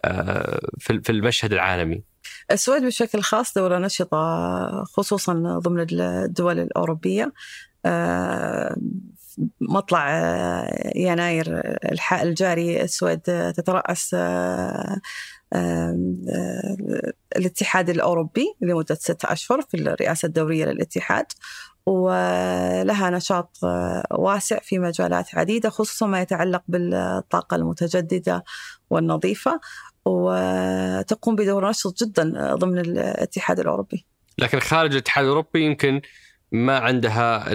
في المشهد العالمي؟ السويد بشكل خاص دولة نشطة خصوصا ضمن الدول الأوروبية. مطلع يناير الجاري السويد تترأس الاتحاد الأوروبي لمدة 6 أشهر في الرئاسة الدورية للاتحاد، ولها نشاط واسع في مجالات عديدة خصوصا ما يتعلق بالطاقة المتجددة والنظيفة، وتقوم بدور نشط جدا ضمن الاتحاد الأوروبي. لكن خارج الاتحاد الأوروبي يمكن ما عندها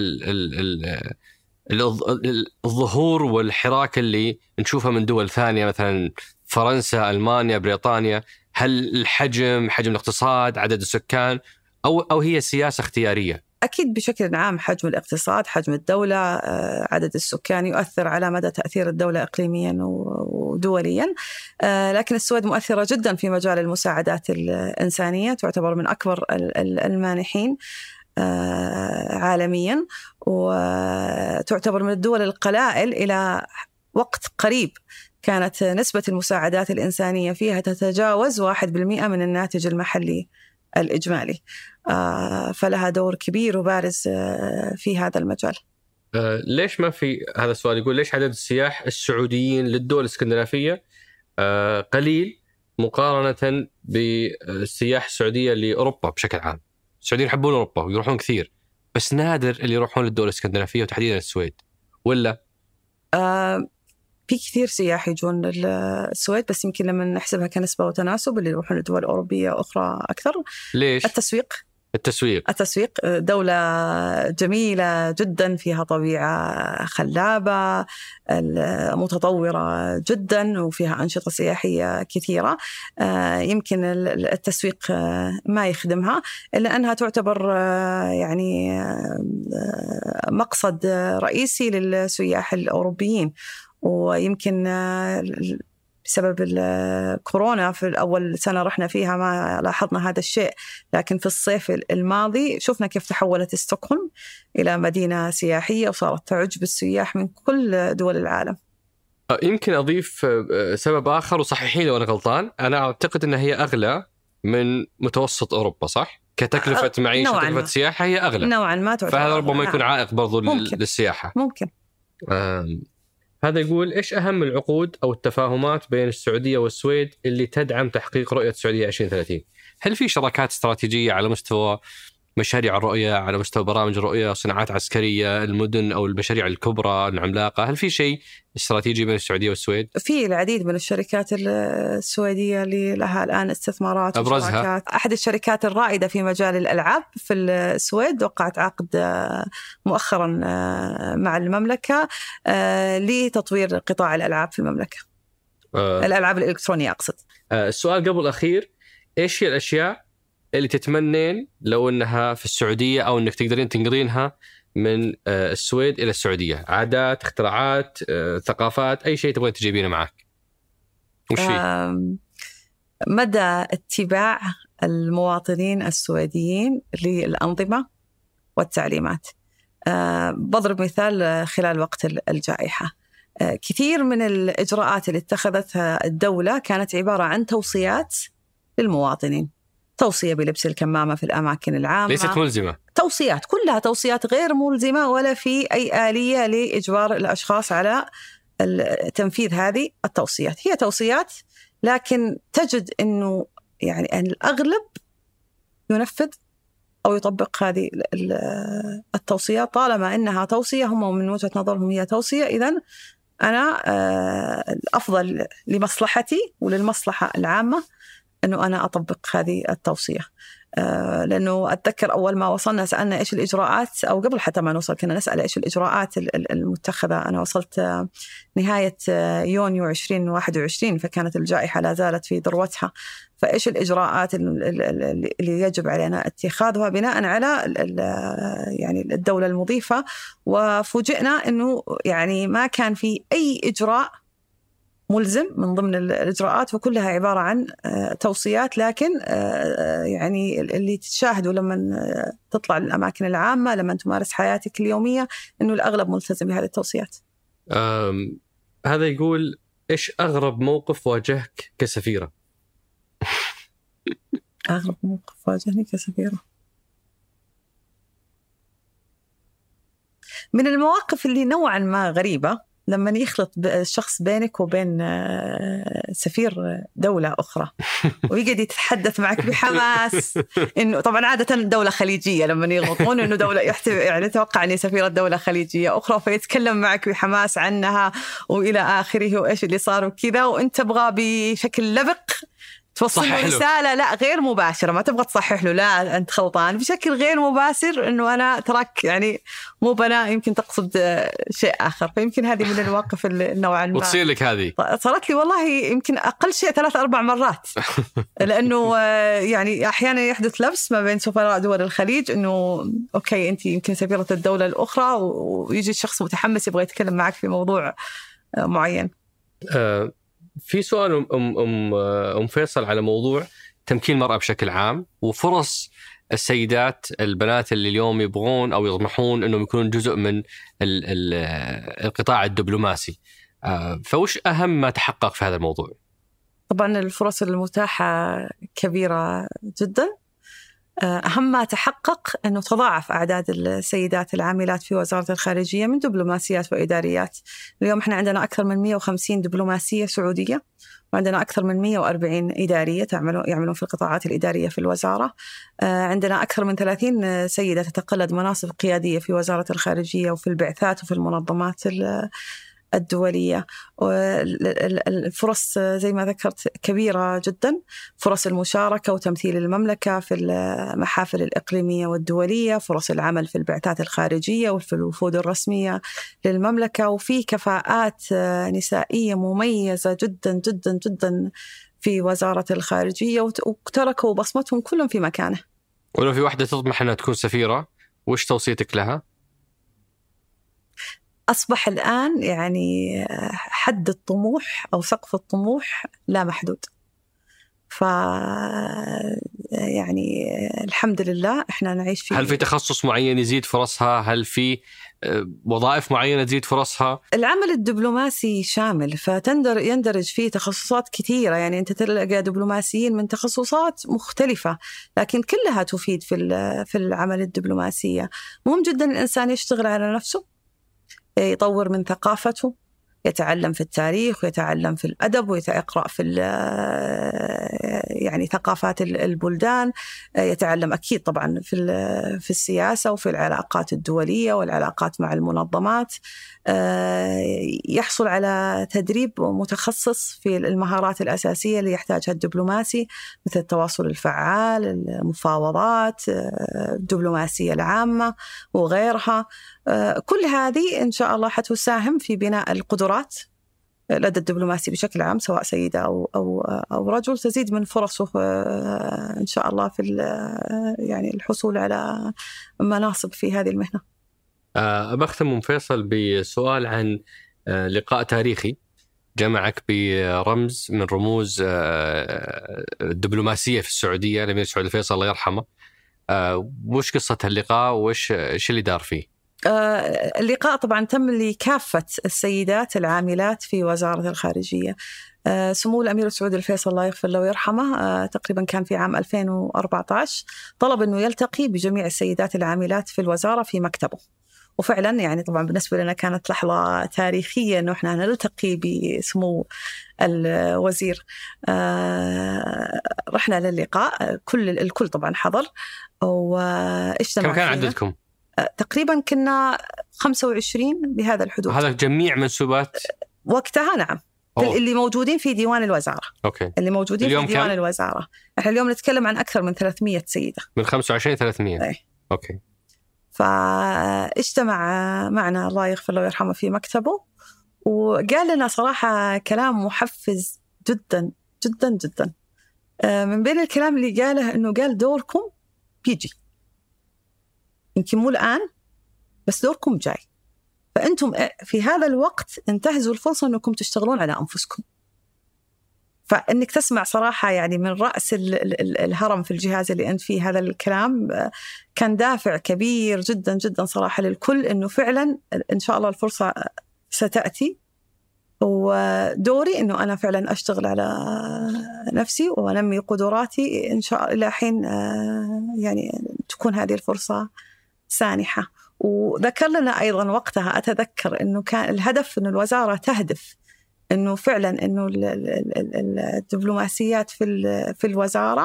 الظهور والحراك اللي نشوفها من دول ثانية مثلا فرنسا، ألمانيا، بريطانيا. هل الحجم، حجم الاقتصاد، عدد السكان، أو هي سياسة اختيارية؟ أكيد بشكل عام حجم الاقتصاد، حجم الدولة، عدد السكان يؤثر على مدى تأثير الدولة إقليميا ودوليا. لكن السويد مؤثرة جدا في مجال المساعدات الإنسانية، تعتبر من أكبر المانحين عالميا، وتعتبر من الدول القلائل إلى وقت قريب كانت نسبة المساعدات الإنسانية فيها تتجاوز 1% من الناتج المحلي الإجمالي. فلها دور كبير وبارز في هذا المجال. ليش ما في هذا السؤال يقول ليش عدد السياح السعوديين للدول الاسكندنافية قليل مقارنة بالسياح السعودية لأوروبا بشكل عام؟ السعوديين يحبون أوروبا ويروحون كثير، بس نادر اللي يروحون للدول الاسكندنافية وتحديدا السويد، ولا؟ في كثير سياح يجون للسويد، بس يمكن لما نحسبها كنسبة وتناسب اللي يروحون لدول أوروبية أخرى أكثر. ليش؟ التسويق دولة جميلة جدا، فيها طبيعة خلابة متطورة جدا، وفيها أنشطة سياحية كثيرة. يمكن التسويق ما يخدمها، إلا أنها تعتبر يعني مقصد رئيسي للسياح الأوروبيين. ويمكن بسبب الكورونا في الأول سنة رحنا فيها ما لاحظنا هذا الشيء، لكن في الصيف الماضي شفنا كيف تحولت ستوكهولم إلى مدينة سياحية وصارت تعج بالسياح من كل دول العالم. يمكن أضيف سبب آخر، وصحيحين لو أنا غلطان، أنا أعتقد أنها هي أغلى من متوسط أوروبا، صح؟ كتكلفة معيشة وتكلفة سياحة هي أغلى نوعا ما تعتبر، فهذا ربما يكون عائق برضو للسياحة. ممكن. هذا يقول إيش أهم العقود أو التفاهمات بين السعودية والسويد اللي تدعم تحقيق رؤية السعودية 2030؟ هل في شراكات استراتيجية على مستوى مشاريع الرؤية، على مستوى برامج الرؤية، صناعات عسكرية، المدن أو المشاريع الكبرى العملاقة؟ هل في شيء استراتيجي بين السعودية والسويد؟ في العديد من الشركات السويدية اللي لها الآن استثمارات أبرزها أحد الشركات الرائدة في مجال الألعاب في السويد وقعت عقد مؤخرا مع المملكة لتطوير قطاع الألعاب في المملكة. الألعاب الإلكترونية أقصد. السؤال قبل الأخير، إيش هي الأشياء اللي تتمنين لو أنها في السعودية أو أنك تقدرين تنقلينها من السويد إلى السعودية؟ عادات، اختراعات، ثقافات، أي شيء تبغين تجيبينه معك. وش مدى اتباع المواطنين السويديين للأنظمة والتعليمات. بضرب مثال خلال وقت الجائحة، كثير من الإجراءات اللي اتخذتها الدولة كانت عبارة عن توصيات للمواطنين، توصية بلبس الكمامة في الأماكن العامة، ليست ملزمة، توصيات كلها توصيات غير ملزمة ولا في أي آلية لإجبار الأشخاص على تنفيذ هذه التوصيات. هي توصيات، لكن تجد أنه يعني أن الأغلب ينفذ أو يطبق هذه التوصيات طالما أنها توصية، هم من وجهة نظرهم هي توصية، إذن أنا الأفضل لمصلحتي وللمصلحة العامة أنه أنا أطبق هذه التوصية. لأنه أتذكر أول ما وصلنا سألنا إيش الإجراءات، أو قبل حتى ما نوصل كنا نسأل إيش الإجراءات المتخذة. أنا وصلت نهاية يونيو 2021 فكانت الجائحة لا زالت في ذروتها، فإيش الإجراءات اللي يجب علينا اتخاذها بناء على يعني الدولة المضيفة. وفوجئنا أنه يعني ما كان في أي إجراء ملزم من ضمن الإجراءات، وكلها عبارة عن توصيات. لكن يعني اللي تشاهده لما تطلع للأماكن العامة، لما تمارس حياتك اليومية، إنه الأغلب ملتزم بهذه التوصيات. هذا يقول إيش أغرب موقف واجهك كسفيرة؟ أغرب موقف واجهني كسفيرة من المواقف اللي نوعا ما غريبة، لما يخلط الشخص بينك وبين سفير دولة أخرى ويقعد يتحدث معك بحماس، إنه طبعا عادة دولة خليجية لما يغلطون إنه دولة يعني توقع أني سفيرة دولة خليجية أخرى، فيتكلم معك بحماس عنها وإلى آخره وإيش اللي صار وكذا، وأنت تبغى بشكل لبق توصل رسالة لا غير مباشرة، ما تبغى تصحح له لا أنت خلطان، بشكل غير مباشر إنه أنا تراك يعني مو بنا، يمكن تقصد شيء آخر. فيمكن هذه من المواقف النوعا ما. وتصير لك هذه؟ صارت لي والله يمكن أقل شيء 3-4 مرات لأنه يعني أحيانا يحدث لبس ما بين سفراء دول الخليج، إنه أوكي أنت يمكن سفيرة الدولة الأخرى، ويجي الشخص متحمس يبغى يتكلم معك في موضوع معين. في سؤال أم فيصل على موضوع تمكين المرأة بشكل عام وفرص السيدات البنات اللي اليوم يبغون أو يطمحون أنهم يكونون جزء من القطاع الدبلوماسي، فوش أهم ما تحقق في هذا الموضوع؟ طبعا الفرص المتاحة كبيرة جدا. أهم ما تحقق أنه تضاعف أعداد السيدات العاملات في وزارة الخارجية من دبلوماسيات وإداريات. اليوم إحنا عندنا أكثر من 150 دبلوماسية سعودية، وعندنا أكثر من 140 إدارية يعملون في القطاعات الإدارية في الوزارة. عندنا أكثر من 30 سيدة تتقلد مناصب قيادية في وزارة الخارجية وفي البعثات وفي المنظمات الدولية. الفرص زي ما ذكرت كبيرة جدا، فرص المشاركة وتمثيل المملكة في المحافل الإقليمية والدولية، فرص العمل في البعثات الخارجية وفي الوفود الرسمية للمملكة، وفي كفاءات نسائية مميزة جدا جدا جدا في وزارة الخارجية، وتركوا بصمتهم كلهم في مكانه. ولو في واحدة تطمح أنها تكون سفيرة، وش توصيتك لها؟ أصبح الآن يعني حد الطموح أو سقف الطموح لا محدود. يعني الحمد لله إحنا نعيش في. هل في تخصص معين يزيد فرصها؟ هل في وظائف معينة تزيد فرصها؟ العمل الدبلوماسي شامل، يندرج فيه تخصصات كثيرة، يعني أنت تلقى دبلوماسيين من تخصصات مختلفة لكن كلها تفيد في العمل الدبلوماسية. مهم جدا الإنسان يشتغل على نفسه، يطور من ثقافته، يتعلم في التاريخ ويتعلم في الأدب ويقرأ في يعني ثقافات البلدان، يتعلم أكيد طبعا في السياسة وفي العلاقات الدولية والعلاقات مع المنظمات، يحصل على تدريب متخصص في المهارات الأساسية اللي يحتاجها الدبلوماسي مثل التواصل الفعال، المفاوضات، الدبلوماسية العامة وغيرها. كل هذه إن شاء الله حتساهم في بناء القدرات لدى الدبلوماسي بشكل عام سواء سيدة أو رجل، تزيد من فرصه إن شاء الله في يعني الحصول على مناصب في هذه المهنة. بختم أم فيصل بسؤال عن لقاء تاريخي جمعك برمز من رموز الدبلوماسية في السعودية، الأمير سعود الفيصل الله يرحمه. وش قصة اللقاء وش اللي دار فيه؟ اللقاء طبعا تم لكافة السيدات العاملات في وزارة الخارجية. سمو الأمير سعود الفيصل الله يغفر له ويرحمه تقريبا كان في عام 2014 طلب أنه يلتقي بجميع السيدات العاملات في الوزارة في مكتبه، وفعلا يعني طبعا بالنسبة لنا كانت لحظة تاريخية أنه إحنا نلتقي بسمو الوزير. رحنا للقاء، الكل طبعا حضر واجتمع. كم كان عددكم؟ تقريبا كنا 25 بهذا الحدود. هذا جميع منسوبات وقتها؟ نعم. اللي موجودين في ديوان الوزارة. أوكي. اللي موجودين في ديوان الوزارة. احنا اليوم نتكلم عن أكثر من 300 سيدة. من 25 300. أي. أوكي. فاجتمع معنا الله يغفر له ويرحمه في مكتبه، وقال لنا صراحة كلام محفز جدا جدا جدا. من بين الكلام اللي قاله إنه قال دوركم بيجي، يمكن مو الآن بس دوركم جاي، فأنتم في هذا الوقت انتهزوا الفرصة أنكم تشتغلون على أنفسكم. فإنك تسمع صراحة يعني من رأس الهرم في الجهاز اللي أنت فيه هذا الكلام كان دافع كبير جدا جدا صراحة للكل، أنه فعلا إن شاء الله الفرصة ستأتي، ودوري أنه أنا فعلا أشتغل على نفسي وأنمي قدراتي إن شاء الله إلى حين يعني تكون هذه الفرصة سانحة. وذكر لنا أيضا وقتها أتذكر أنه كان الهدف أن الوزارة تهدف أنه فعلا أنه الدبلوماسيات في الوزارة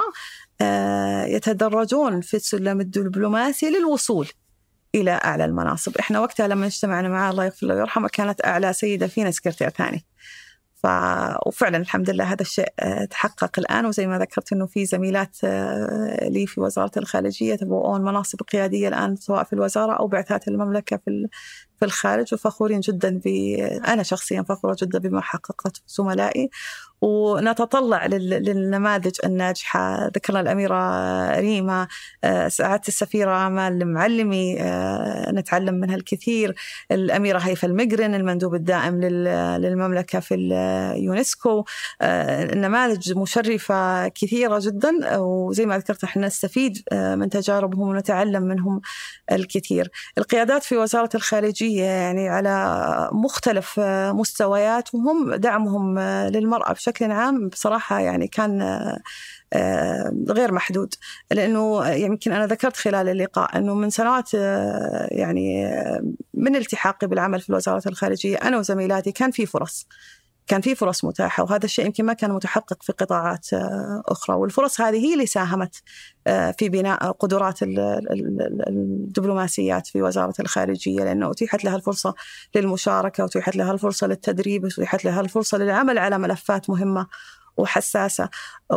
يتدرجون في السلم الدبلوماسي للوصول إلى أعلى المناصب. إحنا وقتها لما اجتمعنا معه الله يغفر له ويرحمه كانت أعلى سيدة فينا سكرتير ثاني، وفعلا الحمد لله هذا الشيء تحقق الآن. وزي ما ذكرت أنه في زميلات لي في وزارة الخارجية تبوؤون مناصب قيادية الآن سواء في الوزارة أو بعثات المملكة في الخارج، وفخورين جدا أنا شخصيا فخورة جدا بما حققته زملائي، ونتطلع للنماذج الناجحة. ذكرنا الأميرة ريما، سعادة السفيرة آمال المعلمي نتعلم منها الكثير، الأميرة هيفا المقرن المندوب الدائم للمملكة في اليونسكو. نماذج مشرفة كثيرة جدا، وزي ما ذكرت احنا نستفيد من تجاربهم ونتعلم منهم الكثير. القيادات في وزارة الخارجية يعني على مختلف مستوياتهم دعمهم للمرأة بشكل عام بصراحة يعني كان غير محدود، لأنه يمكن أنا ذكرت خلال اللقاء أنه من سنوات يعني من التحاقي بالعمل في وزارة الخارجية أنا وزميلاتي كان في فرص متاحة، وهذا الشيء يمكن ما كان متحقق في قطاعات أخرى، والفرص هذه هي اللي ساهمت في بناء قدرات الدبلوماسيات في وزارة الخارجية، لأنه أتيحت لها الفرصة للمشاركة، وأتيحت لها الفرصة للتدريب، وأتيحت لها الفرصة للعمل على ملفات مهمة وحساسة.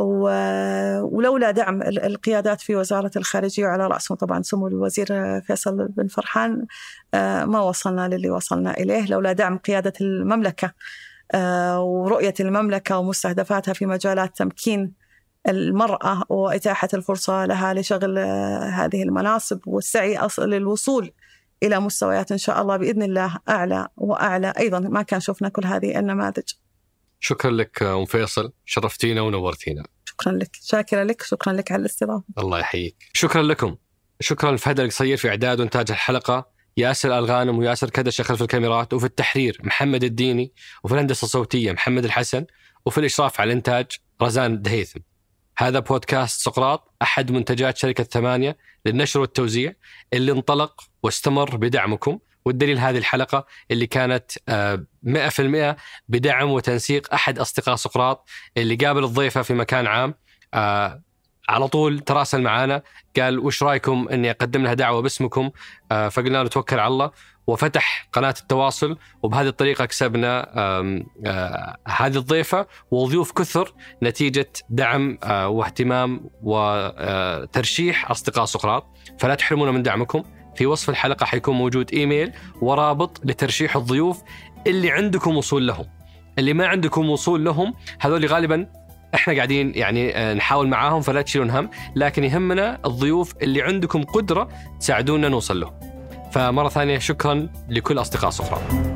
ولولا دعم القيادات في وزارة الخارجية وعلى رأسهم طبعا سمو الوزير فيصل بن فرحان ما وصلنا للي وصلنا إليه. لولا دعم قيادة المملكة ورؤية المملكة ومستهدفاتها في مجالات تمكين المرأة وإتاحة الفرصة لها لشغل هذه المناصب والسعي للوصول إلى مستويات إن شاء الله بإذن الله أعلى وأعلى أيضا، ما كان شفنا كل هذه النماذج. شكرا لك أم فيصل، شرفتينا ونورتينا. شكرا لك، شاكرة لك، شكرا لك على الاستضافة. الله يحييك. شكرا لكم. شكرا لفهد القصير في إعداد وإنتاج الحلقة، ياسر الغانم وياسر كدش خلف الكاميرات، وفي التحرير محمد الديني، وفي الهندسة الصوتية محمد الحسن، وفي الإشراف على الإنتاج رزان دهيثم. هذا بودكاست سقراط، أحد منتجات شركة 8 للنشر والتوزيع، اللي انطلق واستمر بدعمكم. والدليل هذه الحلقة اللي كانت 100% بدعم وتنسيق أحد أصدقاء سقراط، اللي قابل الضيفة في مكان عام، على طول تراسل معنا قال وش رأيكم أني أقدم لها دعوة باسمكم؟ فقلنا له توكل على الله، وفتح قناة التواصل، وبهذه الطريقة كسبنا هذه الضيفة وضيوف كثر نتيجة دعم واهتمام وترشيح أصدقاء سقراط. فلا تحرمونا من دعمكم. في وصف الحلقة حيكون موجود إيميل ورابط لترشيح الضيوف اللي عندكم وصول لهم. اللي ما عندكم وصول لهم هذول غالبا احنا قاعدين يعني نحاول معاهم، فلا تشيلون هم، لكن يهمنا الضيوف اللي عندكم قدرة تساعدونا نوصل لهم. فمرة ثانية شكرا لكل أصدقاء سقراط.